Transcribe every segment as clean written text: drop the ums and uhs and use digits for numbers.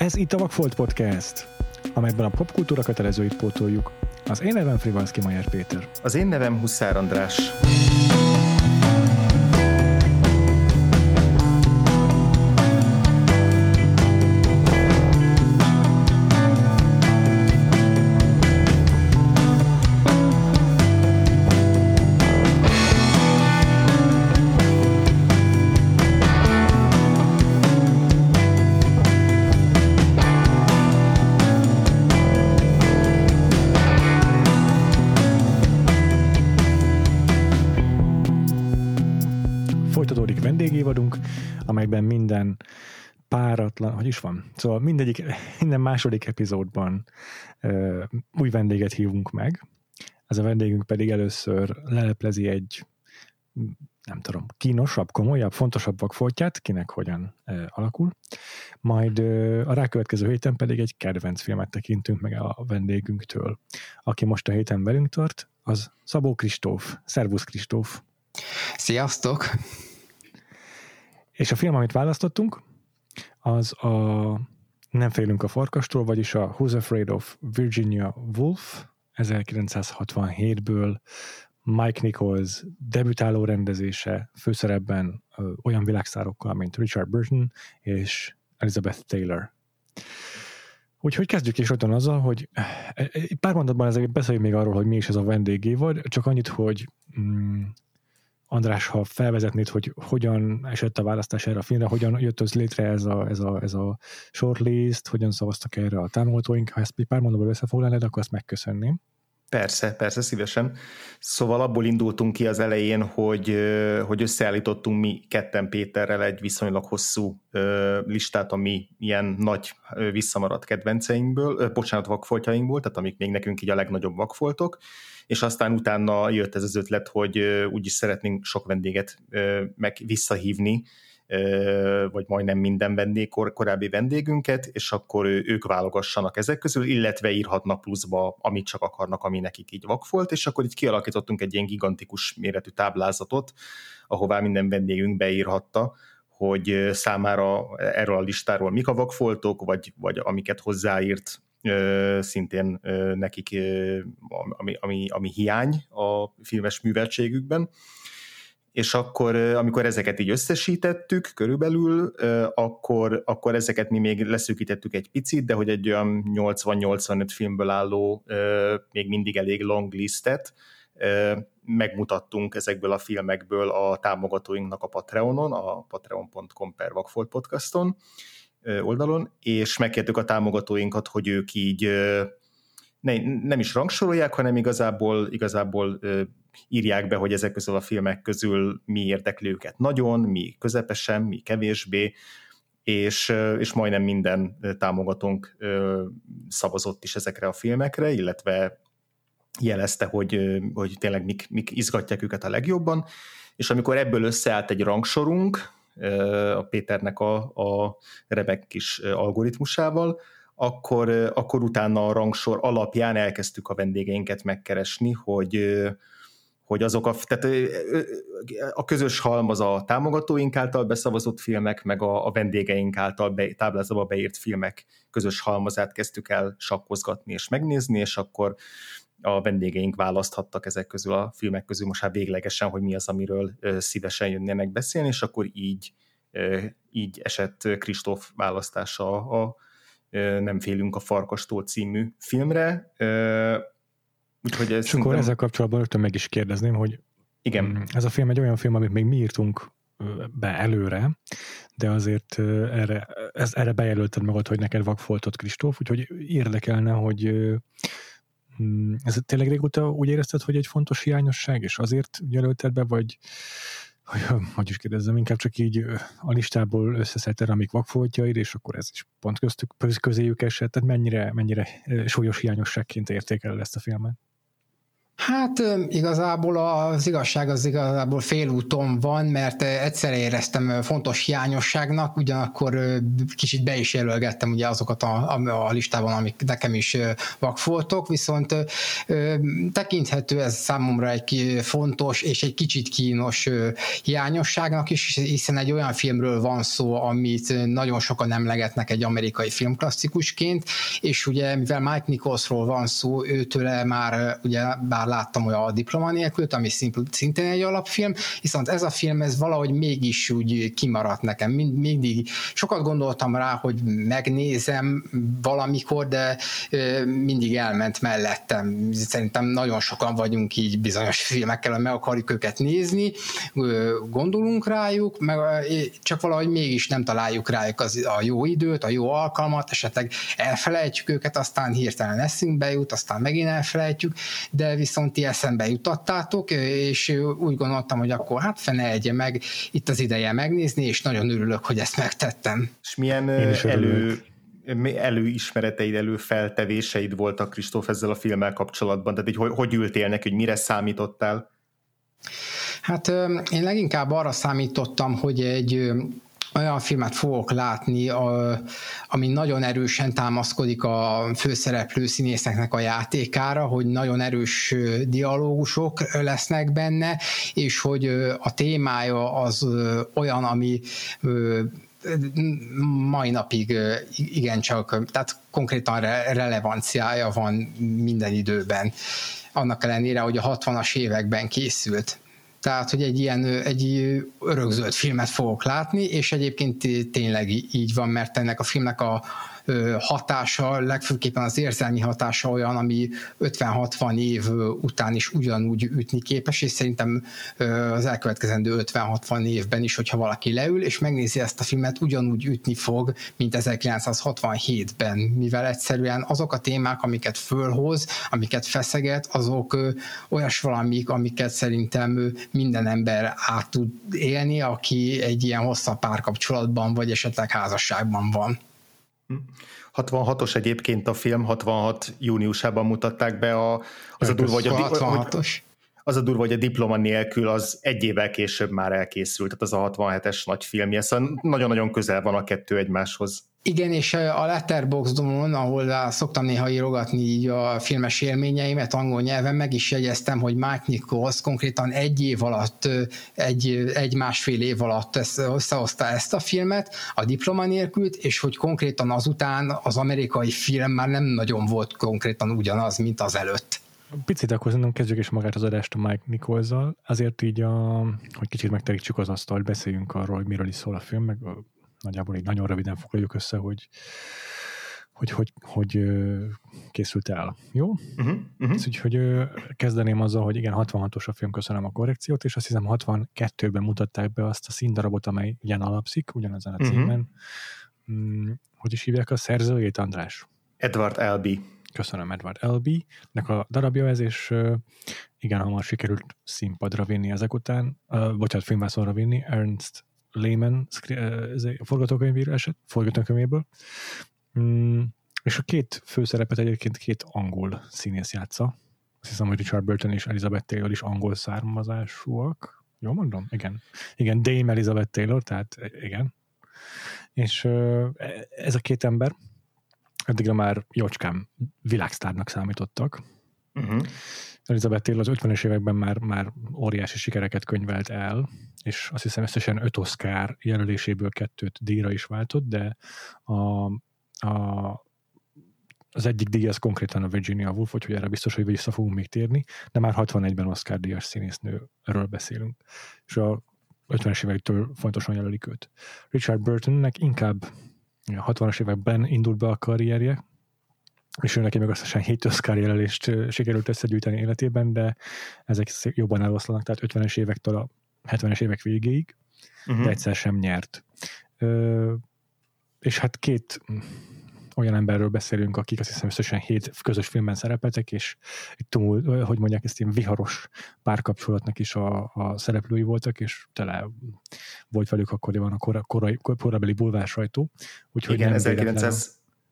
Ez itt a Vakfolt Podcast, amelyben a popkultúra kötelezőit pótoljuk. Az én nevem Frivalszky Mayer Péter. Az én nevem Huszár András. Folytatódik vendégévadunk, amelyben minden páratlan, hogy is van? Szóval minden második epizódban új vendéget hívunk meg. Ez a vendégünk pedig először leleplezi egy, nem tudom, kínosabb, komolyabb, fontosabb vakfoltját, kinek hogyan alakul. Majd a rákövetkező héten pedig egy kedvenc filmet tekintünk meg a vendégünktől. Aki most a héten velünk tart, az Szabó Kristóf. Szervusz Kristóf! Sziasztok! És a film, amit választottunk, az a Nem félünk a farkastól, vagyis a Who's Afraid of Virginia Woolf 1967-ből Mike Nichols debütáló rendezése, főszerepben olyan világsztárokkal, mint Richard Burton és Elizabeth Taylor. Úgyhogy kezdjük is rögtön azzal, hogy pár mondatban ezért beszéljünk még arról, hogy mi is ez a vendégévad, csak annyit, hogy András, ha felvezetnéd, hogy hogyan esett a választás erre a filmre, hogyan jött az létre ez a shortlist, hogyan szavaztak erre a támogatóink, ha ezt pár mondatban összefoglalnád, akkor azt megköszönném. Persze, szívesen. Szóval abból indultunk ki az elején, hogy összeállítottunk mi ketten Péterrel egy viszonylag hosszú listát, ami ilyen nagy visszamaradt kedvenceinkből, vakfoltjainkból, tehát amik még nekünk így a legnagyobb vakfoltok, és aztán utána jött ez az ötlet, hogy úgyis szeretnénk sok vendéget meg visszahívni, vagy majdnem minden korábbi vendégünket, és akkor ők válogassanak ezek közül, illetve írhatnak pluszba, amit csak akarnak, ami nekik így vakfolt, és akkor így kialakítottunk egy ilyen gigantikus méretű táblázatot, ahová minden vendégünk beírhatta, hogy számára erről a listáról mik a vakfoltok, vagy amiket hozzáírt, szintén nekik, ami hiány a filmes műveltségükben. És akkor, amikor ezeket így összesítettük körülbelül, akkor ezeket mi még leszűkítettük egy picit, de hogy egy olyan 80-85 filmből álló, még mindig elég long listet megmutattunk ezekből a filmekből a támogatóinknak a Patreonon, a patreon.com/vakfoltpodcaston oldalon, és megkértük a támogatóinkat, hogy ők így nem is rangsorolják, hanem igazából írják be, hogy ezek közül a filmek közül mi érdekli őket nagyon, mi közepesen, mi kevésbé, és majdnem minden támogatónk szavazott is ezekre a filmekre, illetve jelezte, hogy tényleg mik izgatják őket a legjobban, és amikor ebből összeállt egy rangsorunk, a Péternek a remek kis algoritmusával, akkor utána a rangsor alapján elkezdtük a vendégeinket megkeresni, hogy azok tehát a közös halmaz a támogatóink által beszavazott filmek, meg a vendégeink által táblázatba beírt filmek közös halmazát kezdtük el sakkozgatni és megnézni, és akkor a vendégeink választhattak ezek közül a filmek közül most hát véglegesen, hogy mi az, amiről szívesen jönnének beszélni, és akkor így esett Kristóf választása a Nem félünk a farkastól című filmre. Úgyhogy és akkor ezzel kapcsolatban rögtön meg is kérdezném, hogy igen. Ez a film egy olyan film, amit még mi írtunk be előre, de azért erre bejelölted magad, hogy neked vakfoltot, Kristóf, úgyhogy érdekelne, hogy ez tényleg régóta úgy érezted, hogy egy fontos hiányosság, és azért jelölted be, vagy hogy is kérdezzem, inkább csak így a listából összeszedted, amik vakfoltjaid, és akkor ez is pont közéjük esett, tehát mennyire súlyos hiányosságként értékeled ezt a filmet? Hát igazából az igazság az igazából félúton van, mert egyszer éreztem fontos hiányosságnak, ugyanakkor kicsit be is jelölgettem ugye azokat a listában, amik nekem is vakfoltok, viszont tekinthető ez számomra egy fontos és egy kicsit kínos hiányosságnak is, hiszen egy olyan filmről van szó, amit nagyon sokan emlegetnek egy amerikai filmklasszikusként, és ugye mivel Mike Nicholsról van szó, őtőle már ugye bár láttam olyan a Diploma nélkült, ami szintén egy alapfilm, viszont ez a film ez valahogy mégis úgy kimaradt nekem. Mindig sokat gondoltam rá, hogy megnézem valamikor, de mindig elment mellettem. Szerintem nagyon sokan vagyunk így bizonyos filmekkel, meg akarjuk őket nézni, gondolunk rájuk, meg csak valahogy mégis nem találjuk rájuk a jó időt, a jó alkalmat, esetleg elfelejtjük őket, aztán hirtelen eszünkbe jut, aztán megint elfelejtjük, de viszont ti eszembe jutattátok, és úgy gondoltam, hogy akkor hát fene egye meg, itt az ideje megnézni, és nagyon örülök, hogy ezt megtettem. És milyen előismereteid, előfeltevéseid voltak, Kristóf, ezzel a filmmel kapcsolatban? Tehát hogy ültél neki, hogy mire számítottál? Hát én leginkább arra számítottam, hogy egy olyan filmet fogok látni, ami nagyon erősen támaszkodik a főszereplő színészeknek a játékára, hogy nagyon erős dialógusok lesznek benne, és hogy a témája az olyan, ami mai napig igencsak, tehát konkrétan relevanciája van minden időben. Annak ellenére, hogy a 60-as években készült. Tehát, hogy egy örökzöld filmet fogok látni, és egyébként tényleg így van, mert ennek a filmnek a hatása, legfőképpen az érzelmi hatása olyan, ami 50-60 év után is ugyanúgy ütni képes, és szerintem az elkövetkezendő 50-60 évben is, hogyha valaki leül, és megnézi ezt a filmet, ugyanúgy ütni fog, mint 1967-ben, mivel egyszerűen azok a témák, amiket fölhoz, amiket feszeget, azok olyas valamik, amiket szerintem minden ember át tud élni, aki egy ilyen hosszabb párkapcsolatban, vagy esetleg házasságban van. 66-os egyébként a film, 66 júniusában mutatták be az a durva, hogy a Diploma nélkül az egy évvel később már elkészült, tehát az a 67-es nagy filmje, szóval nagyon-nagyon közel van a kettő egymáshoz. Igen, és a Letterboxdon, ahol szoktam néha írogatni így a filmes élményeimet angol nyelven, meg is jegyeztem, hogy Mike Nichols konkrétan egy év alatt, egy-másfél év alatt összehozta ezt a filmet, a Diploma nélkült, és hogy konkrétan azután az amerikai film már nem nagyon volt konkrétan ugyanaz, mint az előtt. Picit akkor szerintem kezdjük is magát az adást a Mike Nicholsszal, azért így, hogy kicsit megterítsük az asztalt, beszéljünk arról, hogy miről is szól a film, meg nagyjából így nagyon röviden foglaljuk össze, hogy készült el. Jó? Úgyhogy kezdeném azzal, hogy igen, 66-os a film, köszönöm a korrekciót, és azt hiszem 62-ben mutatták be azt a színdarabot, amely ugyan alapszik, ugyanezen a címen. Hogy is hívják a szerzőjét, András? Edward Albee. Köszönöm, Edward Albee-nek a darabja ez, és igen, hamar sikerült színpadra vinni ezek után, filmvászonra vinni, Ernst Lehman forgatókönyvéből. És a két főszerepet egyébként két angol színész játsza. Azt hiszem, hogy Richard Burton és Elizabeth Taylor is angol származásúak. Jól mondom? Igen, Dame Elizabeth Taylor, tehát igen. És ez a két ember eddigre már jócskán világsztárnak számítottak. Elizabeth Taylor az 50-es években már óriási sikereket könyvelt el, és azt hiszem összesen 5 Oscar jelöléséből 2 díjra is váltott, de az egyik díj az konkrétan a Virginia Woolf, úgyhogy erre biztos, hogy vissza fogunk még térni, de már 61-ben Oscar díjas színésznőről beszélünk. És a 50-es évektől fontosan jelölik őt. Richard Burtonnek inkább a 60-as években indult be a karrierje, és ő neki meg aztán 7 Oscar jelölést sikerült összegyűjteni életében, de ezek jobban eloszlanak, tehát 50-es évektől a 70-es évek végéig, de egyszer sem nyert. És hát 2 olyan emberről beszélünk, akik azt hiszem összesen 7 közös filmben szerepeltek, és hogy mondják, ezt ilyen viharos párkapcsolatnak is a szereplői voltak, és tele volt velük akkoriban a korabeli bulvár sajtó. Igen,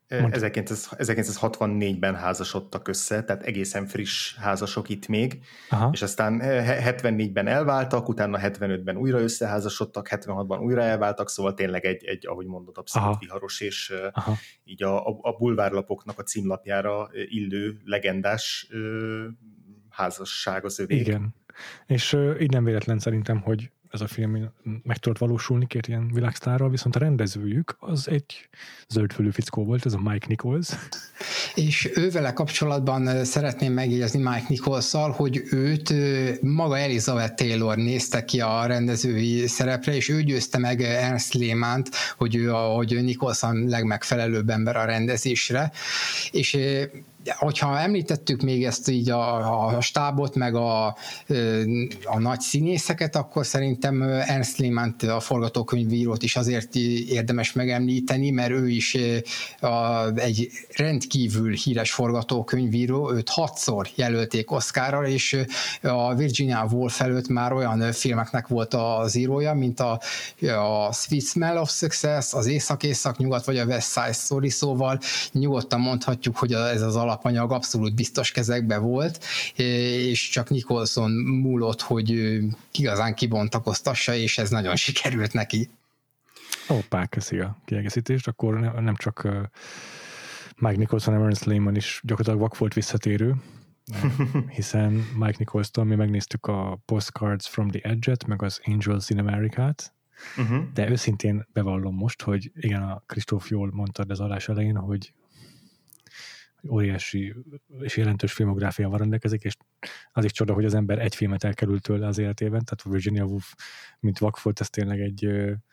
1964-ben házasodtak össze, tehát egészen friss házasok itt még, és aztán 74-ben elváltak, utána 75-ben újra összeházasodtak, 76-ban újra elváltak, szóval tényleg egy ahogy mondod, abszolút viharos, és így a bulvárlapoknak a címlapjára illő legendás házasság az övék. Igen, és így nem véletlen szerintem, hogy ez a film meg tudott valósulni két ilyen világsztárral, viszont a rendezőjük az egy zöldfülű fickó volt, ez a Mike Nichols. És ővele kapcsolatban szeretném megjegyezni Mike Nicholsszal, hogy őt maga Elizabeth Taylor nézte ki a rendezői szerepre, és ő győzte meg Ernst Lehmann-t, hogy Nichols a legmegfelelőbb ember a rendezésre, és hogyha említettük még ezt így a stábot, meg a nagy színészeket, akkor szerintem Ernst Lehmann-t, a forgatókönyvírót is azért érdemes megemlíteni, mert ő is egy rendkívül híres forgatókönyvíró, őt 6-szor jelölték Oscarra, és a Virginia Woolf előtt már olyan filmeknek volt az írója, mint a Sweet Smell of Success, az Észak-Észak-Nyugat, vagy a West Side Story, szóval nyugodtan mondhatjuk, hogy ez az alapanyag abszolút biztos kezekbe volt, és csak Nicholson múlott, hogy igazán kibontakoztassa, és ez nagyon sikerült neki. Hoppá, köszi a kiegészítést, akkor nem csak Mike Nichols, hanem Ernst Lehmann is gyakorlatilag vak volt visszatérő, hiszen Mike Nichols-tól mi megnéztük a Postcards from the Edge-et, meg az Angels in America-t, de őszintén bevallom most, hogy igen, a Kristóf jól mondtad az adás elején, hogy óriási és jelentős filmográfiával rendelkezik, és az is csoda, hogy az ember egy filmet elkerült tőle az életében, tehát Virginia Woolf, mint vak volt, ez tényleg egy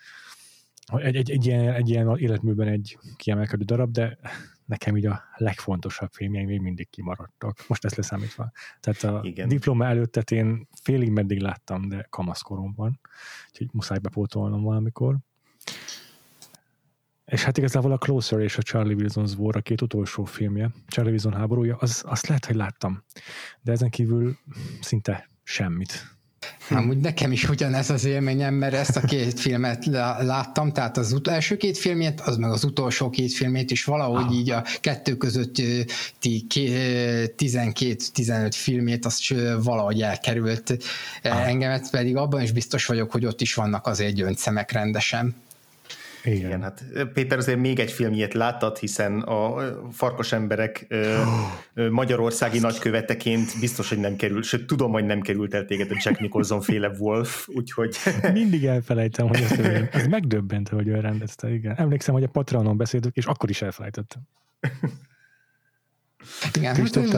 ilyen életműben egy kiemelkedő darab, de nekem így a legfontosabb filmjeim még mindig kimaradtak. Most ezt leszámítva. Tehát a diploma előttet én félig meddig láttam, de kamaszkoromban, úgyhogy muszáj bepótolnom valamikor. És hát igazából a Closer és a Charlie Wilson's War, a két utolsó filmje, Charlie Wilson háborúja, azt lehet, hogy láttam. De ezen kívül szinte semmit. Amúgy nekem is ugyanez az élményem, mert ezt a két filmet láttam, tehát az első két filmét, az meg az utolsó két filmét is valahogy így a kettő közötti 12-15 filmét, azt valahogy elkerült engemet, pedig abban is biztos vagyok, hogy ott is vannak azért gyöngyszemek rendesen. Igen, hát Péter, azért még egy filmjét láttad, hiszen a Farkas emberek magyarországi nagyköveteként biztos, hogy nem került, sőt tudom, hogy nem került el téged a Jack Nicholson féle Wolf, úgyhogy... Mindig elfelejtem, hogy ez megdöbbentő, hogy ő rendezte, igen. Emlékszem, hogy a Patreonon beszéltük, és akkor is elfelejtettem. Igen,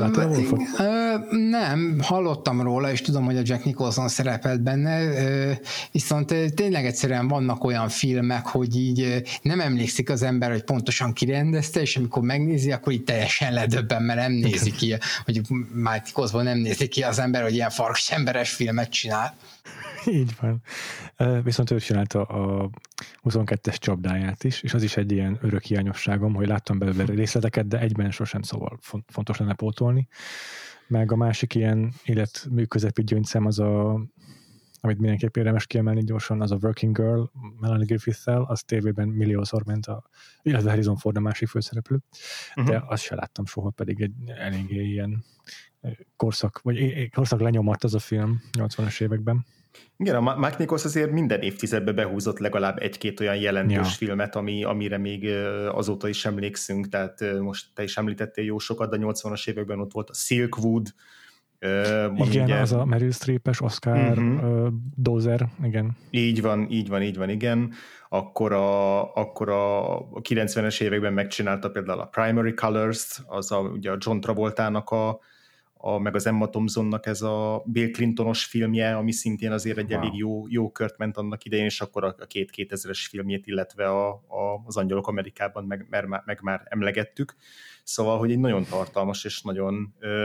nem, hallottam róla, és tudom, hogy a Jack Nicholson szerepelt benne, viszont tényleg egyszerűen vannak olyan filmek, hogy így nem emlékszik az ember, hogy pontosan ki rendezte, és amikor megnézi, akkor így teljesen ledöbben, mert nem nézi ki, hogy Mike Nicholson nem nézi ki az ember, hogy ilyen farkas emberes filmet csinál. Így van. Viszont ő csinálta a 22-es csapdáját is, és az is egy ilyen örök hiányosságom, hogy láttam belőle részleteket, de egyben sosem, szóval fontos lenne pótolni. Meg a másik ilyen életmű közepi gyöngyszem az amit mindenképp érdemes kiemelni gyorsan, az a Working Girl, Melanie Griffith-tel, az tévében milliószor ment, illetve Harrison Ford a másik főszereplő, de azt se láttam soha, pedig egy eléggé ilyen korszak lenyomat az a film 80-as években. Igen, a Mike Nichols azért minden évtizedbe behúzott legalább egy-két olyan jelentős filmet, amire még azóta is emlékszünk, tehát most te is említettél jó sokat, de 80-as években ott volt a Silkwood. Igen, ugye... az a Meryl Streep-es Oscar Dozer, igen. Így van, igen. Akkor a 90-es években megcsinálta például a Primary Colors, ugye a John Travoltának meg az Emma Thompsonnak ez a Bill Clintonos filmje, ami szintén azért egy elég jó kört ment annak idején, és akkor a 2000-es filmjét, illetve az Angyalok Amerikában meg már emlegettük. Szóval, hogy egy nagyon tartalmas és nagyon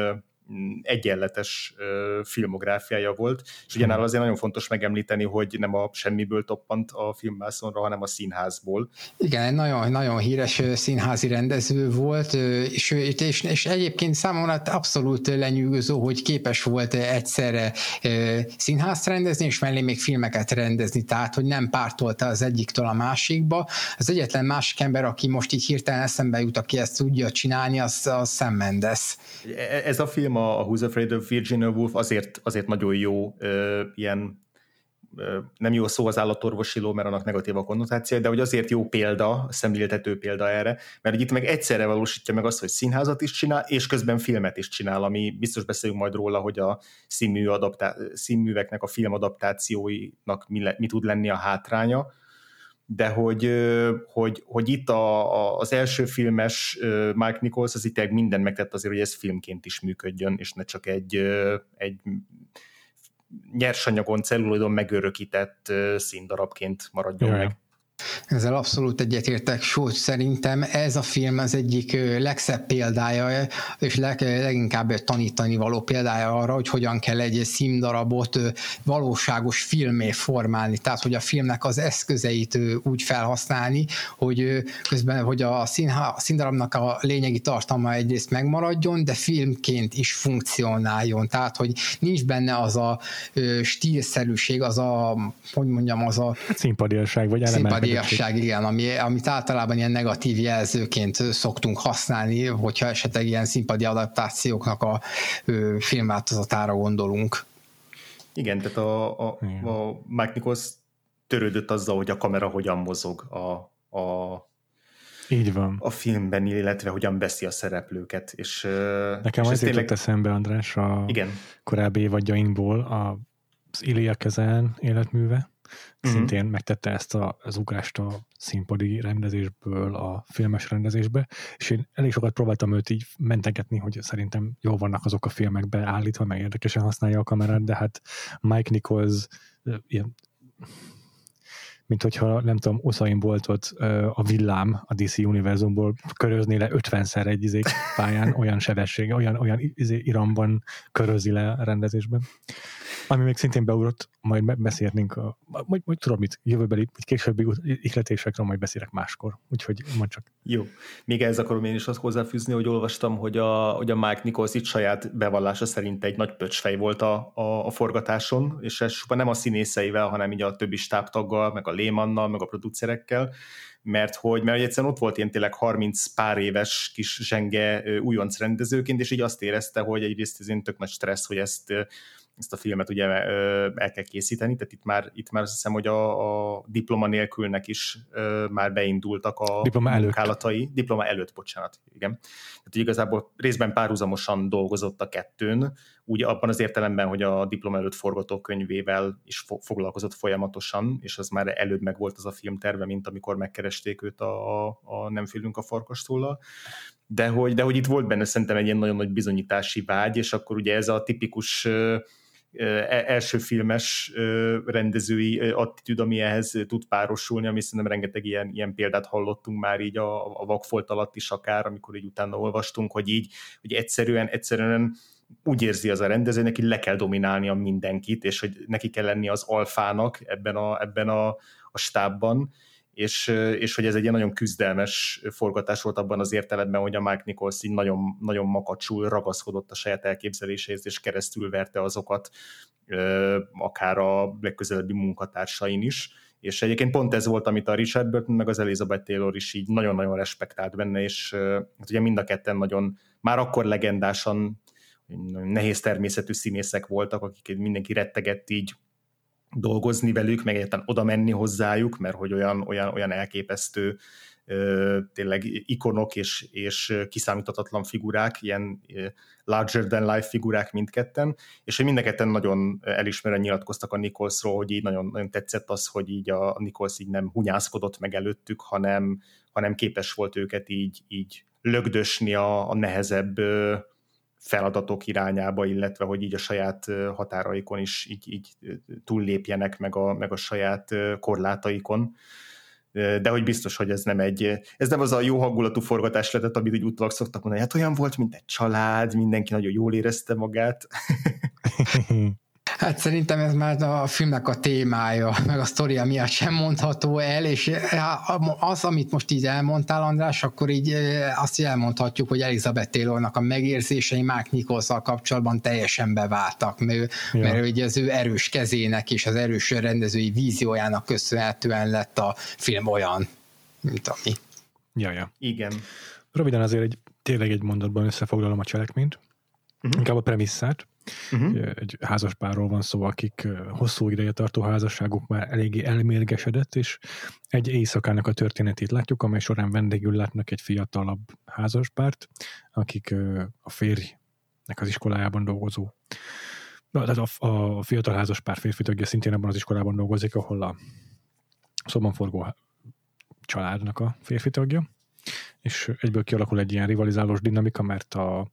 egyenletes filmográfiája volt, és ugyanáll azért nagyon fontos megemlíteni, hogy nem a semmiből toppant a filmvászonra, hanem a színházból. Igen, egy nagyon, nagyon híres színházi rendező volt, és egyébként számomra abszolút lenyűgöző, hogy képes volt egyszerre színházt rendezni, és mellé még filmeket rendezni, tehát hogy nem pártolta az egyiktől a másikba. Az egyetlen másik ember, aki most így hirtelen eszembe jut, aki ezt tudja csinálni, az Sam Mendes. Ez a film, a Who's Afraid of Virginia Woolf azért nagyon jó, ilyen nem jó szó az állatorvosiló, mert annak negatív a konnotáció, de hogy azért jó példa, szemléltető példa erre, mert itt meg egyszerre valósítja meg azt, hogy színházat is csinál, és közben filmet is csinál, ami biztos beszélünk majd róla, hogy a színműveknek, a filmadaptációinak mi tud lenni a hátránya, de hogy itt az első filmes Mike Nichols az itt mindent megtett azért, hogy ez filmként is működjön, és ne csak egy nyersanyagon, celluloidon megörökített színdarabként maradjon meg. Ezzel abszolút egyetértek, sőt szerintem ez a film az egyik legszebb példája, és leginkább tanítani való példája arra, hogy hogyan kell egy színdarabot valóságos filmmé formálni, tehát hogy a filmnek az eszközeit úgy felhasználni, hogy közben, hogy a színdarabnak a lényegi tartalma egyrészt megmaradjon, de filmként is funkcionáljon, tehát hogy nincs benne az a stílszerűség, az a, hogy mondjam, az a színpadiasság, vagy színpadiasság, igen, amit általában ilyen negatív jelzőként szoktunk használni, hogyha esetleg ilyen színpadi adaptációknak a filmváltozatára gondolunk. Igen, tehát a Mike Nichols törődött azzal, hogy a kamera hogyan mozog így van. A filmben, illetve hogyan veszi a szereplőket. És, nekem az jutott eszembe, András, a igen. korábbi évadjainkból az Ilya Kazan életműve. Szintén megtette ezt az ugrást a színpadi rendezésből a filmes rendezésbe, és én elég sokat próbáltam őt így mentegetni, hogy szerintem jól vannak azok a filmek beállítva, meg érdekesen használja a kamerát, de hát Mike Nichols ilyen, mint hogyha, nem tudom, Usain Boltot a villám a DC univerzumból körözné le 50-szer egy pályán, olyan sebessége, olyan iramban körözi le a rendezésben. Ami még szintén beugrott, majd beszélnénk, majd tudod mit, jövőbeli, vagy későbbi ihletésekről majd beszélek máskor, úgyhogy mondd csak. Jó. Még ehhez akarom én is azt hozzáfűzni, hogy olvastam, hogy a Mike Nichols itt saját bevallása szerint egy nagy pöcsfej volt a forgatáson, és ez nem a színészeivel, hanem így a többi stábtaggal, meg a Lehmannnal, meg a producerekkel, mert egyszerűen ott volt ilyen tényleg 30 pár éves kis zsenge újonc rendezőként, és így azt érezte, hogy egyrészt ez tök nagy stressz, hogy ezt a filmet ugye el kell készíteni, tehát itt már azt hiszem, hogy a diploma nélkülnek is már beindultak a munkálatai. Diploma előtt, bocsánat, igen. Tehát igazából részben párhuzamosan dolgozott a kettőn, úgy abban az értelemben, hogy a diploma előtt forgatókönyvével is foglalkozott folyamatosan, és az már előbb meg volt az a filmterve, mint amikor megkeresték őt a Nem félünk a farkastól. De hogy itt volt benne szerintem egy ilyen nagyon nagy bizonyítási vágy, és akkor ugye ez a tipikus első filmes rendezői attitűd, ami ehhez tud párosulni, ami szerintem rengeteg ilyen példát hallottunk már így a vakfolt alatt is akár, amikor így utána olvastunk, hogy egyszerűen úgy érzi az a rendező, neki le kell dominálnia mindenkit, és hogy neki kell lenni az alfának ebben a stábban, és hogy ez egy ilyen nagyon küzdelmes forgatás volt abban az értelemben, hogy a Mike Nichols így nagyon, nagyon makacsul ragaszkodott a saját elképzeléséhez, és keresztül verte azokat akár a legközelebbi munkatársain is. És egyébként pont ez volt, amit a Richard Burton meg az Elizabeth Taylor is így nagyon-nagyon respektált benne, és hát ugye mind a ketten nagyon, már akkor legendásan nehéz természetű színészek voltak, akik mindenki rettegett így dolgozni velük, meg egyáltalán oda menni hozzájuk, mert hogy olyan elképesztő tényleg ikonok és kiszámíthatatlan figurák, ilyen larger than life figurák mindketten, és hogy mindketten nagyon elismerően nyilatkoztak a Nicholsról, hogy így nagyon, nagyon tetszett az, hogy így a Nichols így nem hunyászkodott meg előttük, hanem képes volt őket így lögdösni a nehezebb feladatok irányába, illetve hogy így a saját határaikon is így túllépjenek meg a saját korlátaikon. de hogy biztos, hogy ez nem az a jó hangulatú forgatás lehetett, amit így utólag szoktak mondani, hát olyan volt, mint egy család, mindenki nagyon jól érezte magát. Hát szerintem ez már a filmnek a témája, meg a sztoria miatt sem mondható el, és az, amit most így elmondtál, András, akkor így azt elmondhatjuk, hogy Elizabeth Taylornak a megérzései Mark Nicholsszal kapcsolatban teljesen beváltak, mert ugye az ő erős kezének és az erős rendezői víziójának köszönhetően lett a film olyan, mint ami. Ja. Igen. Röviden azért tényleg egy mondatban összefoglalom a cselekményt, inkább a premisszát. Egy házaspárról van szó, akik hosszú ideje tartó házasságuk már eléggé elmérgesedett, és egy éjszakának a történetét látjuk, amely során vendégül látnak egy fiatalabb házaspárt, akik a férjnek az iskolájában dolgozó. Tehát a fiatal házaspár férfi tagja szintén abban az iskolában dolgozik, ahol a szóban forgó családnak a férfi tagja, és egyből kialakul egy ilyen rivalizálós dinamika, mert a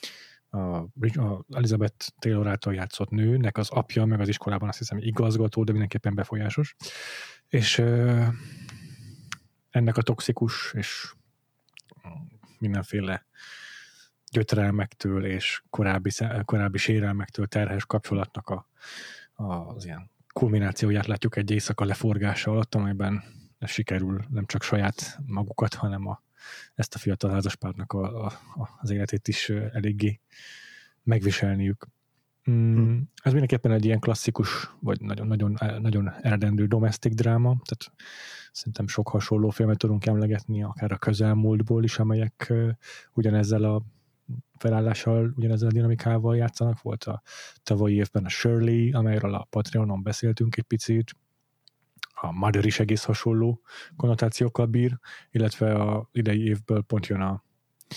Elizabeth Taylor által játszott nőnek az apja, meg az iskolában azt hiszem igazgató, de mindenképpen befolyásos. És ennek a toxikus és mindenféle gyötrelmektől és korábbi sérelmektől terhes kapcsolatnak az ilyen kulminációját látjuk egy éjszaka leforgása alatt, amelyben sikerül nem csak saját magukat, hanem ezt a fiatal házaspárnak az életét is eléggé megviselniük. Ez mindenképpen egy ilyen klasszikus, vagy nagyon eredendő domestic dráma, tehát szerintem sok hasonló filmet tudunk emlegetni, akár a közelmúltból is, amelyek ugyanezzel a felállással, ugyanezzel a dinamikával játszanak. Volt a tavalyi évben a Shirley, amelyről a Patreonon beszéltünk egy picit, a Mother is egész hasonló konnotációkkal bír, illetve az idei évből pont jön a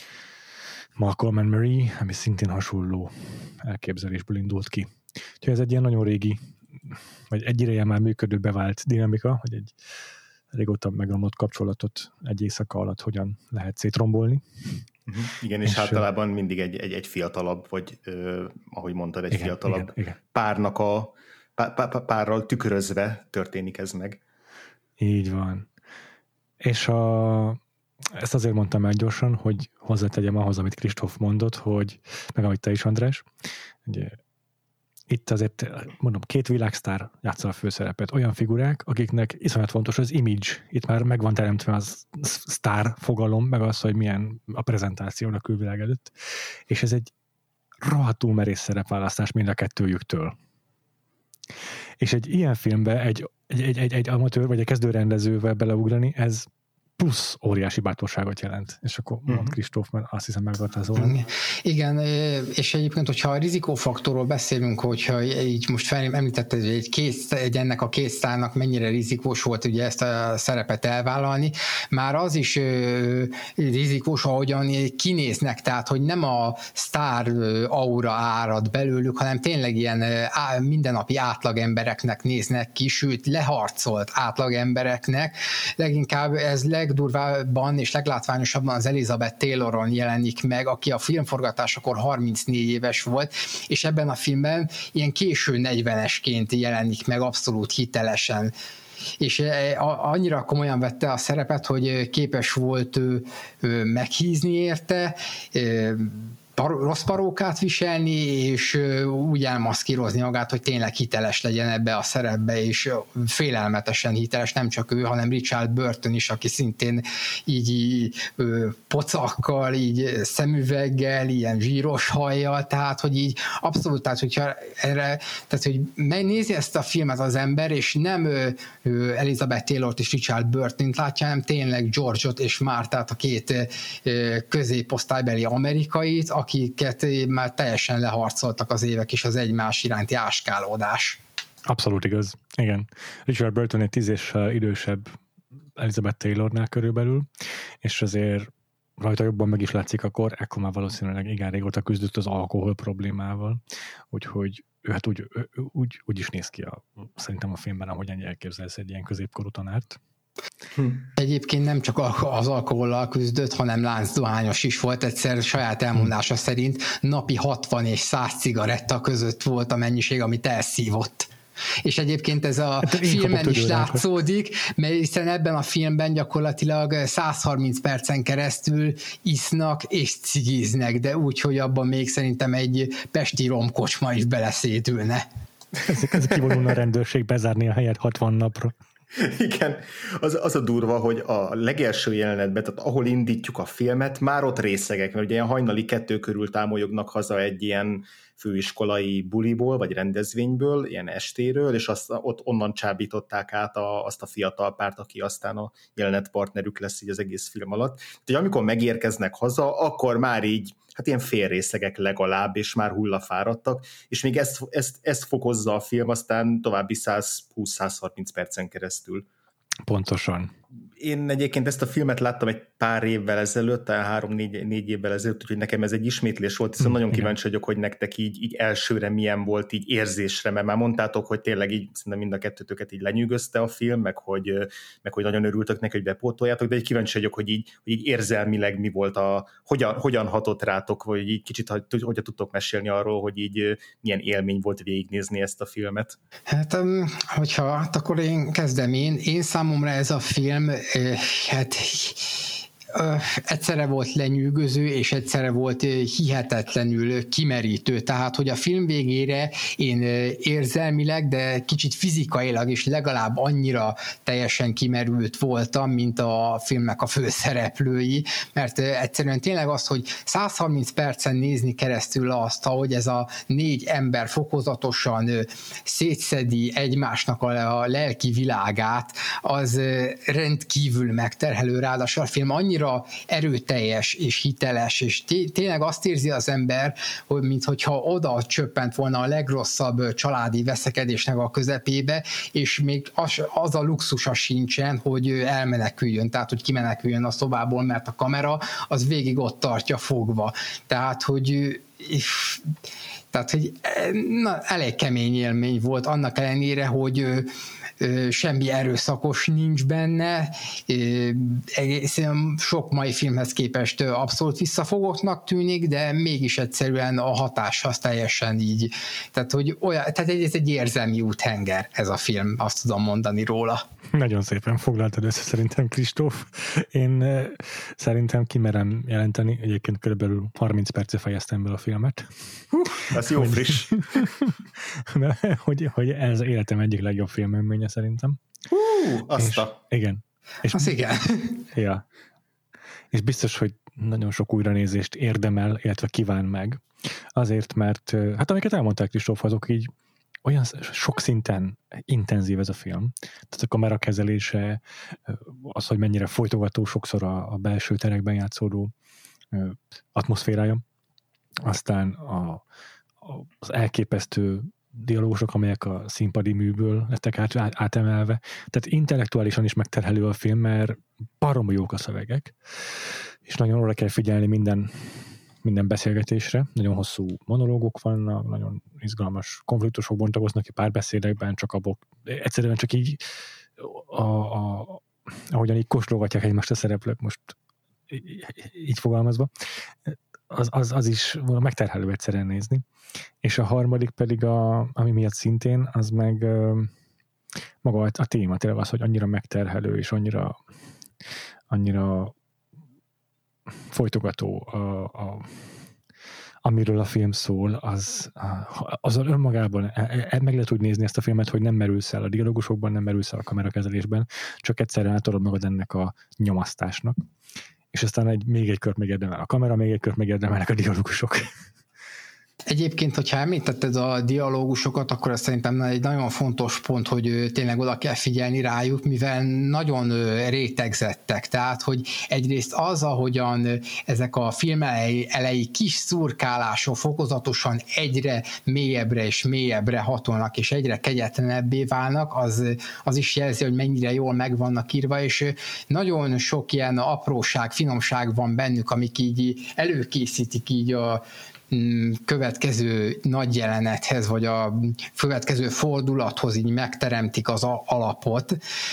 Malcolm and Marie, ami szintén hasonló elképzelésből indult ki. Úgyhogy ez egy ilyen nagyon régi, vagy egy ideje már működő bevált dinamika, hogy egy régóta megromlott kapcsolatot egy éjszaka alatt hogyan lehet szétrombolni. Igen, és általában mindig egy fiatalabb, vagy ahogy mondtad, egy fiatalabb párnak párral tükrözve történik ez meg. Így van. És ezt azért mondtam el gyorsan, hogy hozzátegyem ahhoz, amit Kristóf mondott, hogy, meg amit te is, András, hogy itt azért, mondom, 2 világsztár játsza a főszerepet. Olyan figurák, akiknek iszonyat fontos az image. Itt már meg van teremtve az sztár fogalom, meg az, hogy milyen a prezentáció a külvilág előtt. És ez egy rohadtul merész szerepválasztás mind a kettőjüktől. És egy ilyen filmbe egy amatőr vagy egy kezdőrendezővel beleugrani, ez plusz óriási bátorságot jelent. És akkor mond Kristóf, mert azt hiszem megvatázolni. Igen, és egyébként, hogyha a rizikófaktorról beszélünk, hogyha így most említetted, hogy ennek a 2 sztárnak mennyire rizikós volt ugye ezt a szerepet elvállalni, már az is rizikós, ahogyan kinéznek, tehát, hogy nem a sztár aura árad belőlük, hanem tényleg ilyen mindennapi átlagembereknek néznek ki, sőt leharcolt átlagembereknek. Leginkább ez legdurvábban és leglátványosabban az Elizabeth Tayloron jelenik meg, aki a filmforgatásakor 34 éves volt, és ebben a filmben ilyen késő 40-esként jelenik meg abszolút hitelesen. És annyira komolyan vette a szerepet, hogy képes volt meghízni érte, rossz parókát viselni, és úgy elmaszkírozni magát, hogy tényleg hiteles legyen ebbe a szerepbe, és félelmetesen hiteles, nem csak ő, hanem Richard Burton is, aki szintén így pocakkal, így szemüveggel, ilyen zsíros hajjal, tehát, hogy így abszolút, tehát, hogyha erre, tehát, hogy megnézi ezt a filmet az ember, és nem Elizabeth Taylort és Richard Burtont látja, hanem tényleg George-ot és Martát, a 2 középosztálybeli amerikait, akiket már teljesen leharcoltak az évek és az egymás iránti áskálódás. Abszolút igaz. Igen. Richard Burton egy 10 évvel idősebb Elizabeth Taylornál körülbelül, és azért rajta jobban meg is látszik akkor már valószínűleg igen régóta küzdött az alkohol problémával, úgyhogy ő hát úgy is néz ki szerintem a filmben, ahogyan elképzelsz egy ilyen középkorú tanárt. Egyébként nem csak az alkohollal küzdött, hanem láncdohányos is volt. Egyszer saját elmondása szerint napi 60 és 100 cigaretta között volt a mennyiség, amit elszívott. És egyébként ez a filmen is látszódik, mert hiszen ebben a filmben gyakorlatilag 130 percen keresztül isznak és cigiznek, de úgy, hogy abban még szerintem egy pesti romkocsma is beleszédülne. Ez kivonulna a rendőrség bezárni a helyet 60 napra. Igen, az a durva, hogy a legelső jelenetben, tehát ahol indítjuk a filmet, már ott részegek, mert ugye ilyen hajnali 2 körül támolyognak haza egy ilyen főiskolai buliból, vagy rendezvényből, ilyen estéről, és ott onnan csábították át azt a fiatal párt, aki aztán a jelenetpartnerük lesz így az egész film alatt. Tehát amikor megérkeznek haza, akkor már így hát ilyen félrészegek legalább, és már hullafáradtak, és még ezt fokozza a film aztán további 120-130 percen keresztül. Pontosan. Én egyébként ezt a filmet láttam egy pár évvel ezelőtt, tehát 3-4 évvel ezelőtt, úgyhogy nekem ez egy ismétlés volt, hiszen nagyon kíváncsi vagyok, hogy nektek így elsőre milyen volt így érzésre, mert már mondtátok, hogy tényleg így szerintem mind a kettőtöket így lenyűgözte a film, meg hogy nagyon örültök neki, hogy bepótoljátok, de egy kíváncsi vagyok, hogy így érzelmileg mi volt hogyan hatott rátok, vagy így kicsit, hogy tudtok mesélni arról, hogy így milyen élmény volt végignézni ezt a filmet. Hát, akkor én kezdem én számomra ez a film, hát egyszerre volt lenyűgöző, és egyszerre volt hihetetlenül kimerítő. Tehát, hogy a film végére én érzelmileg, de kicsit fizikailag is legalább annyira teljesen kimerült voltam, mint a filmnek a főszereplői, mert egyszerűen tényleg az, hogy 130 percen nézni keresztül azt, ahogy ez a 4 ember fokozatosan szétszedi egymásnak a lelki világát, az rendkívül megterhelő, ráadásul a film annyira erőteljes és hiteles, és tényleg azt érzi az ember, hogy minthogyha oda csöppent volna a legrosszabb családi veszekedésnek a közepébe, és még az a luxusa sincsen, hogy elmeneküljön, tehát hogy kimeneküljön a szobából, mert a kamera az végig ott tartja fogva. Tehát, hogy elég kemény élmény volt, annak ellenére, hogy semmi erőszakos nincs benne, egészen sok mai filmhez képest abszolút visszafogottnak tűnik, de mégis egyszerűen a hatás az teljesen így. Tehát, tehát ez egy érzelmi úthenger ez a film, azt tudom mondani róla. Nagyon szépen foglaltad össze szerintem, Kristóf. Én szerintem kimerem jelenteni, egyébként körülbelül 30 percre fejeztem be a filmet. Az jó friss. hogy ez életem egyik legjobb filmélménye szerintem. Igen. És az igen. Ja. És biztos, hogy nagyon sok újranézést érdemel, illetve kíván meg. Azért, mert hát amiket elmondták Kristóf, azok így olyan sok szinten intenzív ez a film. Tehát a kamerakezelése, az, hogy mennyire folytogató sokszor a belső terekben játszódó atmoszférája. Aztán az elképesztő dialógusok, amelyek a színpadi műből lettek átemelve. Tehát intellektuálisan is megterhelő a film, mert baromi jók a szövegek, és nagyon oda kell figyelni minden beszélgetésre. Nagyon hosszú monológok vannak, nagyon izgalmas konfliktusok bontakoznak ki párbeszédekben, egyszerűen csak így ahogyan így kóstolgatják egymást a szereplők, most így fogalmazva, az is megterhelő egyszerűen nézni. És a harmadik pedig, ami miatt szintén, az meg maga a téma, tényleg az, hogy annyira megterhelő, és annyira folytogató, amiről a film szól, az önmagában meg lehet úgy nézni ezt a filmet, hogy nem merülsz el a dialógusokban, nem merülsz el a kamerakezelésben, csak egyszerűen átadod magad ennek a nyomasztásnak. És aztán még egy kört megérdemel a kamera, még egy kört megérdemelnek a dialógusok. Egyébként, hogyha említetted a dialógusokat, akkor ez szerintem egy nagyon fontos pont, hogy tényleg oda kell figyelni rájuk, mivel nagyon rétegzettek. Tehát, hogy egyrészt az, ahogyan ezek a film elejé kis szurkálások fokozatosan egyre mélyebbre és mélyebbre hatolnak, és egyre kegyetlenebbé válnak, az is jelzi, hogy mennyire jól meg vannak írva, és nagyon sok ilyen apróság, finomság van bennük, amik így előkészítik így következő nagy jelenethez, vagy a következő fordulathoz így megteremtik az alapot.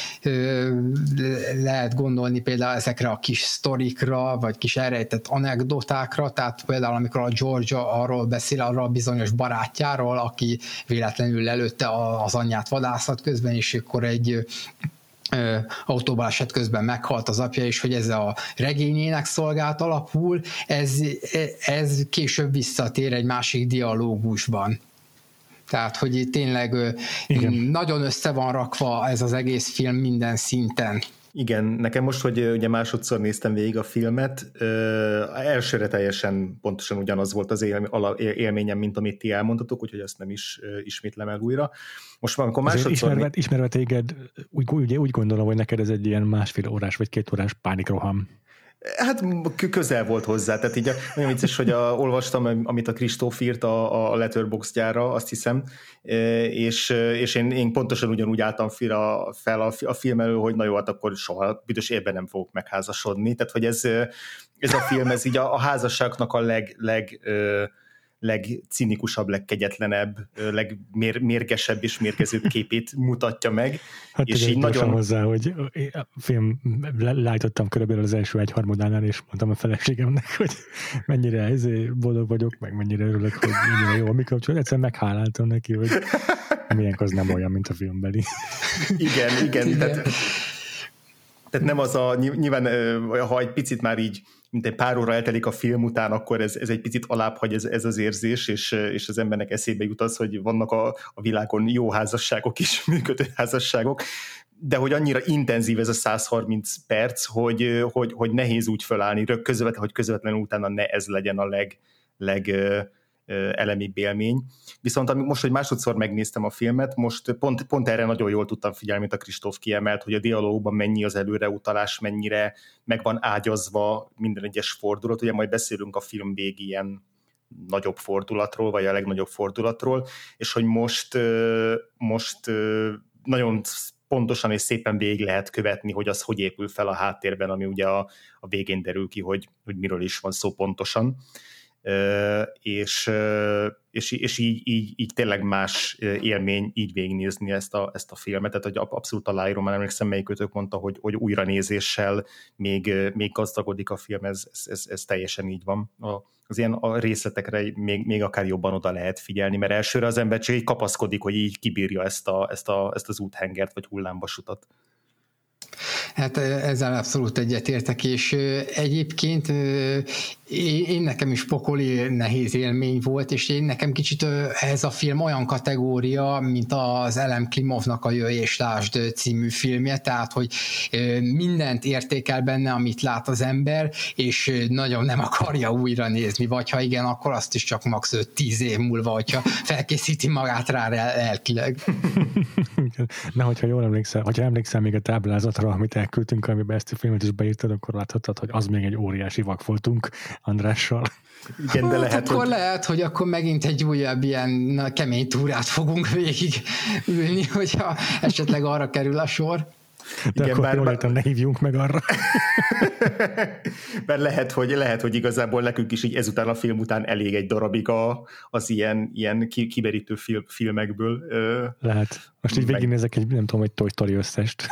Lehet gondolni például ezekre a kis sztorikra, vagy kis elrejtett anekdotákra, tehát például amikor a Georgia arról beszél, arról a bizonyos barátjáról, aki véletlenül lelőtte az anyját vadászat közben, és akkor egy autóbaleset közben meghalt az apja, és hogy ez a regényének szolgált alapul, ez később visszatér egy másik dialógusban. Tehát, hogy tényleg nagyon össze van rakva ez az egész film minden szinten. Igen, nekem most, hogy ugye másodszor néztem végig a filmet, elsőre teljesen pontosan ugyanaz volt az élményem, mint amit ti elmondtatok, úgyhogy ezt nem is ismétlem el újra. Most már, amikor másodszor... Ismerve téged, úgy gondolom, hogy neked ez egy ilyen 1,5 órás vagy 2 órás pánikroham. Hát közel volt hozzá, tehát így nagyon vicces, hogy olvastam, amit a Kristóf írt a Letterboxdjára, azt hiszem, és én pontosan ugyanúgy álltam fel a film elől, hogy na jó, hát akkor soha büdös évben nem fogok megházasodni, tehát hogy ez a film, ez így a házasságnak a legcinikusabb, legkegyetlenebb, legmérgesebb és mérgezőbb képét mutatja meg. Hát és így nagyon hozzá, hogy a film látottam körülbelül az első 1/3-ánál, és mondtam a feleségemnek, hogy mennyire boldog vagyok, meg mennyire örülök, hogy mennyire jó a mi kapcsolat. Egyszerűen megháláltam neki, hogy milyen az nem olyan, mint a filmbeli. Igen. Tehát nem az nyilván, ha egy picit már így mint egy pár óra eltelik a film után, akkor ez egy picit alább hagy ez az érzés, és az embernek eszébe jut az, hogy vannak a világon jó házasságok is, működő házasságok, de hogy annyira intenzív ez a 130 perc, hogy nehéz úgy fölállni, hogy közvetlenül utána ne ez legyen a elemibb élmény. Viszont most, hogy másodszor megnéztem a filmet, most pont erre nagyon jól tudtam figyelni, mint a Kristóf kiemelt, hogy a dialógban mennyi az előreutalás, mennyire meg van ágyazva minden egyes fordulat. Ugye majd beszélünk a film végi ilyen nagyobb fordulatról, vagy a legnagyobb fordulatról, és hogy most nagyon pontosan és szépen végig lehet követni, hogy az hogy épül fel a háttérben, ami ugye a végén derül ki, hogy miről is van szó pontosan. És így tényleg más élmény így végignézni ezt a filmet, tehát hogy abszolút aláírom, már emlékszem, melyikőtök mondta, hogy újranézéssel még gazdagodik a film, ez teljesen így van. Az ilyen a részletekre még akár jobban oda lehet figyelni, mert elsőre az ember csak így kapaszkodik, hogy így kibírja ezt az úthengert vagy hullámvasutat. Hát ezzel abszolút egyetértek, és egyébként én nekem is pokoli nehéz élmény volt, és nekem kicsit ez a film olyan kategória, mint az Elem Klimovnak a Jöjj és Lásd című filmje, tehát hogy mindent értékel benne, amit lát az ember, és nagyon nem akarja újra nézni, vagy ha igen, akkor azt is csak max. 10 év múlva, hogyha felkészíti magát rá lelkileg. Na, hogyha jól emlékszel, hogyha emlékszel még a táblázatra, amit elküldtünk, amiben ezt a filmet is beírtad, akkor láthatod, hogy az még egy óriási vak voltunk Andrással. Igen, de lehet, hogy akkor megint egy újabb ilyen kemény túrát fogunk végig ülni, hogyha esetleg arra kerül a sor. De igen, akkor jól ne hívjunk meg arra. Mert lehet, hogy igazából nekünk is így ezután a film után elég egy darabig az ilyen kiberítő filmekből. Lehet. Most így végignézek egy, nem tudom, egy Toy Story összest.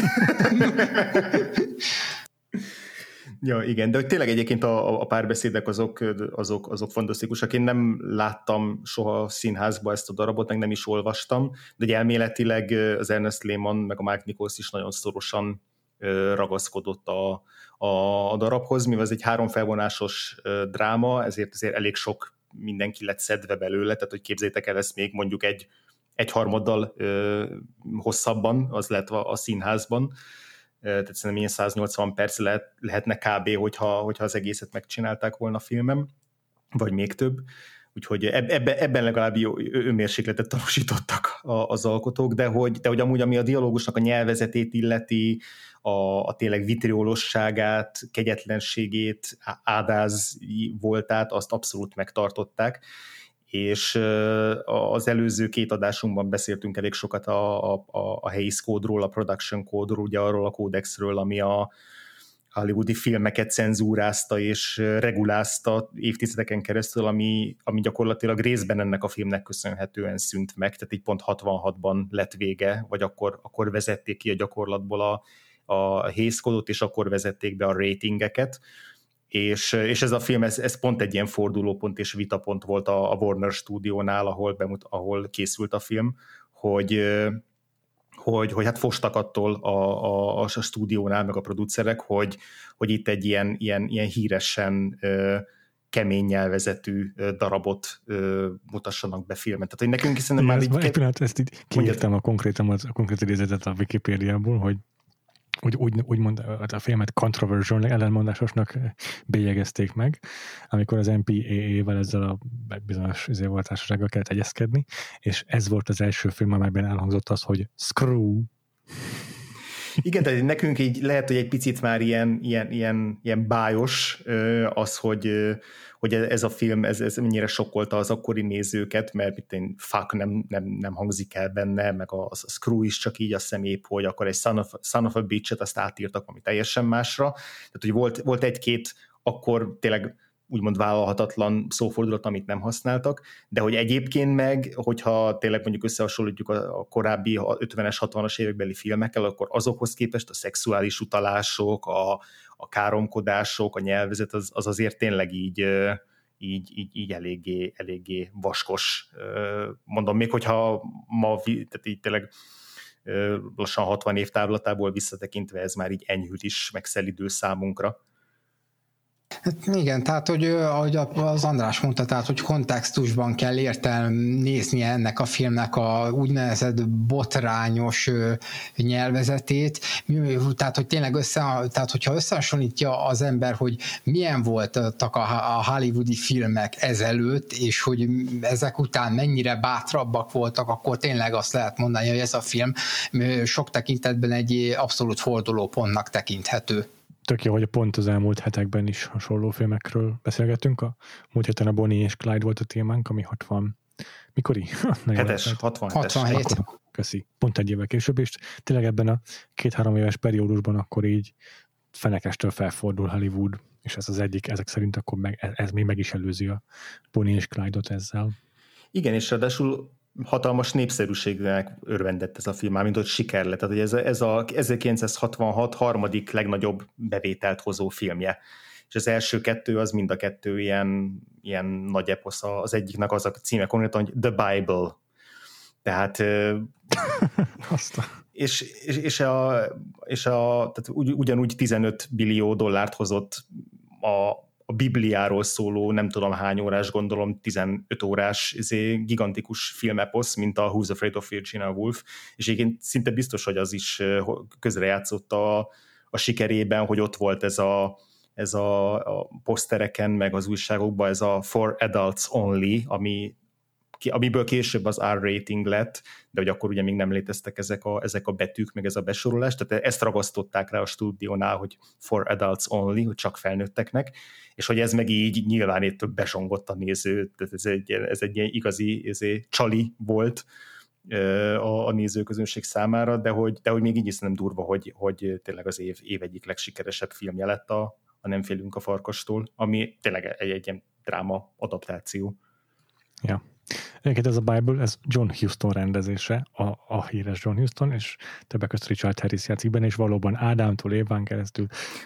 Ja, igen, de hogy tényleg egyébként a párbeszédek azok fantasztikusak. Én nem láttam soha színházba ezt a darabot, meg nem is olvastam, de elméletileg az Ernest Lehman meg a Mike Nichols is nagyon szorosan ragaszkodott a darabhoz, mivel ez egy 3 felvonásos dráma, ezért elég sok mindenki lett szedve belőle, tehát hogy képzeljétek el ezt még mondjuk egy harmaddal hosszabban, az lett a színházban. Tehát szerintem ilyen 180 perc lehetne kb., hogyha az egészet megcsinálták volna a filmem, vagy még több. Úgyhogy ebben legalább jó önmérsékletet tanúsítottak az alkotók, de hogy amúgy ami a dialógusnak a nyelvezetét illeti, a tényleg vitriolosságát, kegyetlenségét, ádáz voltát, azt abszolút megtartották. És az előző 2 adásunkban beszéltünk elég sokat a Hays kódról, a production kódról, ugye arról a kódexről, ami hollywoodi filmeket cenzúrázta és regulázta évtizedeken keresztül, ami gyakorlatilag részben ennek a filmnek köszönhetően szűnt meg, tehát így pont 66-ban lett vége, vagy akkor vezették ki a gyakorlatból a Hays Code-ot, és akkor vezették be a ratingeket, és ez a film, ez pont egy ilyen fordulópont és vitapont volt a Warner stúdiónál, ahol készült a film, hogy hát fostak attól a stúdiónál, meg a producerek, hogy itt egy ilyen híresen kemény nyelvezetű darabot mutassanak be filmet. Tehát, hogy nekünk hiszen már így... Egy pillanat, ezt így kiírtam a konkrét idézetet a Wikipédiából, hogy úgymond a filmet controversial, ellenmondásosnak bélyegezték meg, amikor az MPAA-vel ezzel a bizonyos izévoltársasággal kellett egyezkedni, és ez volt az első film, amelyben elhangzott az, hogy screw. Igen, tehát nekünk így lehet, hogy egy picit már ilyen bájos az, hogy ez a film, ez mennyire sokkolta az akkori nézőket, mert fuck nem hangzik el benne, meg a screw is csak így a személy, hogy akkor egy son of a bitch-et azt átírtak valami teljesen másra. Tehát, hogy volt egy-két akkor tényleg úgymond vállalhatatlan szófordulat, amit nem használtak, de hogy egyébként meg, hogyha tényleg mondjuk összehasonlítjuk a korábbi 50-es, 60-as évekbeli filmekkel, akkor azokhoz képest a szexuális utalások, a káromkodások, a nyelvezet, az azért tényleg így eléggé vaskos. Mondom, még hogyha ma, tehát így tényleg lassan 60 év távlatából visszatekintve ez már így enyhült is, meg szelidül számunkra. Hát igen, tehát hogy ahogy az András mondta, tehát hogy kontextusban kell néznie ennek a filmnek a úgynevezett botrányos nyelvezetét, tehát hogy tényleg tehát hogyha összehasonlítja az ember, hogy milyen voltak a hollywoodi filmek ezelőtt, és hogy ezek után mennyire bátrabbak voltak, akkor tényleg azt lehet mondani, hogy ez a film sok tekintetben egy abszolút fordulópontnak tekinthető. Tök jó, hogy pont az elmúlt hetekben is hasonló filmekről beszélgettünk. A múlt héten a Bonnie és Clyde volt a témánk, ami 60... Mikori? 67. Köszi. Pont egy évvel később, és tényleg ebben a 2-3 éves periódusban akkor így fenekestől felfordul Hollywood, és ez az egyik, ezek szerint akkor ez még meg is előzi a Bonnie és Clyde-ot ezzel. Igen, és ráadásul hatalmas népszerűségnek örvendett ez a film, mint hogy siker lett. Tehát, hogy ez a 1966 harmadik legnagyobb bevételt hozó filmje. És az első kettő, az mind a kettő ilyen nagy eposz. Az egyiknek az a címe konkrétan, hogy The Bible. Tehát tehát ugyanúgy 15 billió dollárt hozott a Bibliáról szóló, nem tudom hány órás, gondolom 15 órás gigantikus filmeposz, mint a Who's Afraid of Virginia Woolf, és igen, szinte biztos, hogy az is közrejátszott a sikerében, hogy ott volt ez a posztereken, meg az újságokban ez a For Adults Only, amiből később az R-rating lett, de hogy akkor ugye még nem léteztek ezek a betűk, meg ez a besorolás, tehát ezt ragasztották rá a stúdiónál, hogy For Adults Only, hogy csak felnőtteknek, és hogy ez meg így nyilván itt besongott a néző, tehát ez egy ilyen igazi csali volt a nézőközönség számára, de hogy még így is nem durva, hogy tényleg az év egyik legsikeresebb filmje lett a Nem félünk a farkastól, ami tényleg egy ilyen dráma adaptáció. Ja. Egyébként ez a Bible, ez John Huston rendezése, a híres John Huston, és többek között Richard Harris játszik benne, és valóban Ádámtól Éván keresztül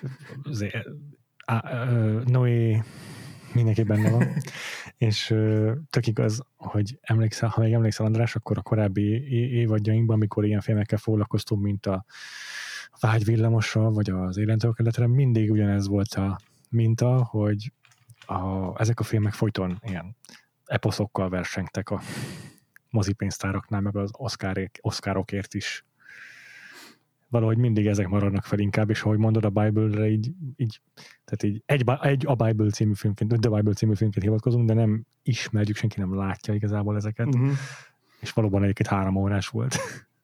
Noé mindenki benne van, és tök igaz, hogy ha még emlékszel András, akkor a korábbi évadjainkban, amikor ilyen filmekkel foglalkoztunk, mint a Vágy villamossal, vagy az Élentőkeletre, mindig ugyanez volt a minta, hogy ezek a filmek folyton ilyen eposzokkal versengtek a mozipénztáraknál, meg az Oscarokért is. Valahogy mindig ezek maradnak fel inkább, és ahogy mondod a Bible-re, tehát így a Bible című filmként, The Bible című filmként hivatkozunk, de nem ismerjük, senki nem látja igazából ezeket. Uh-huh. És valóban egyébként 3 órás volt.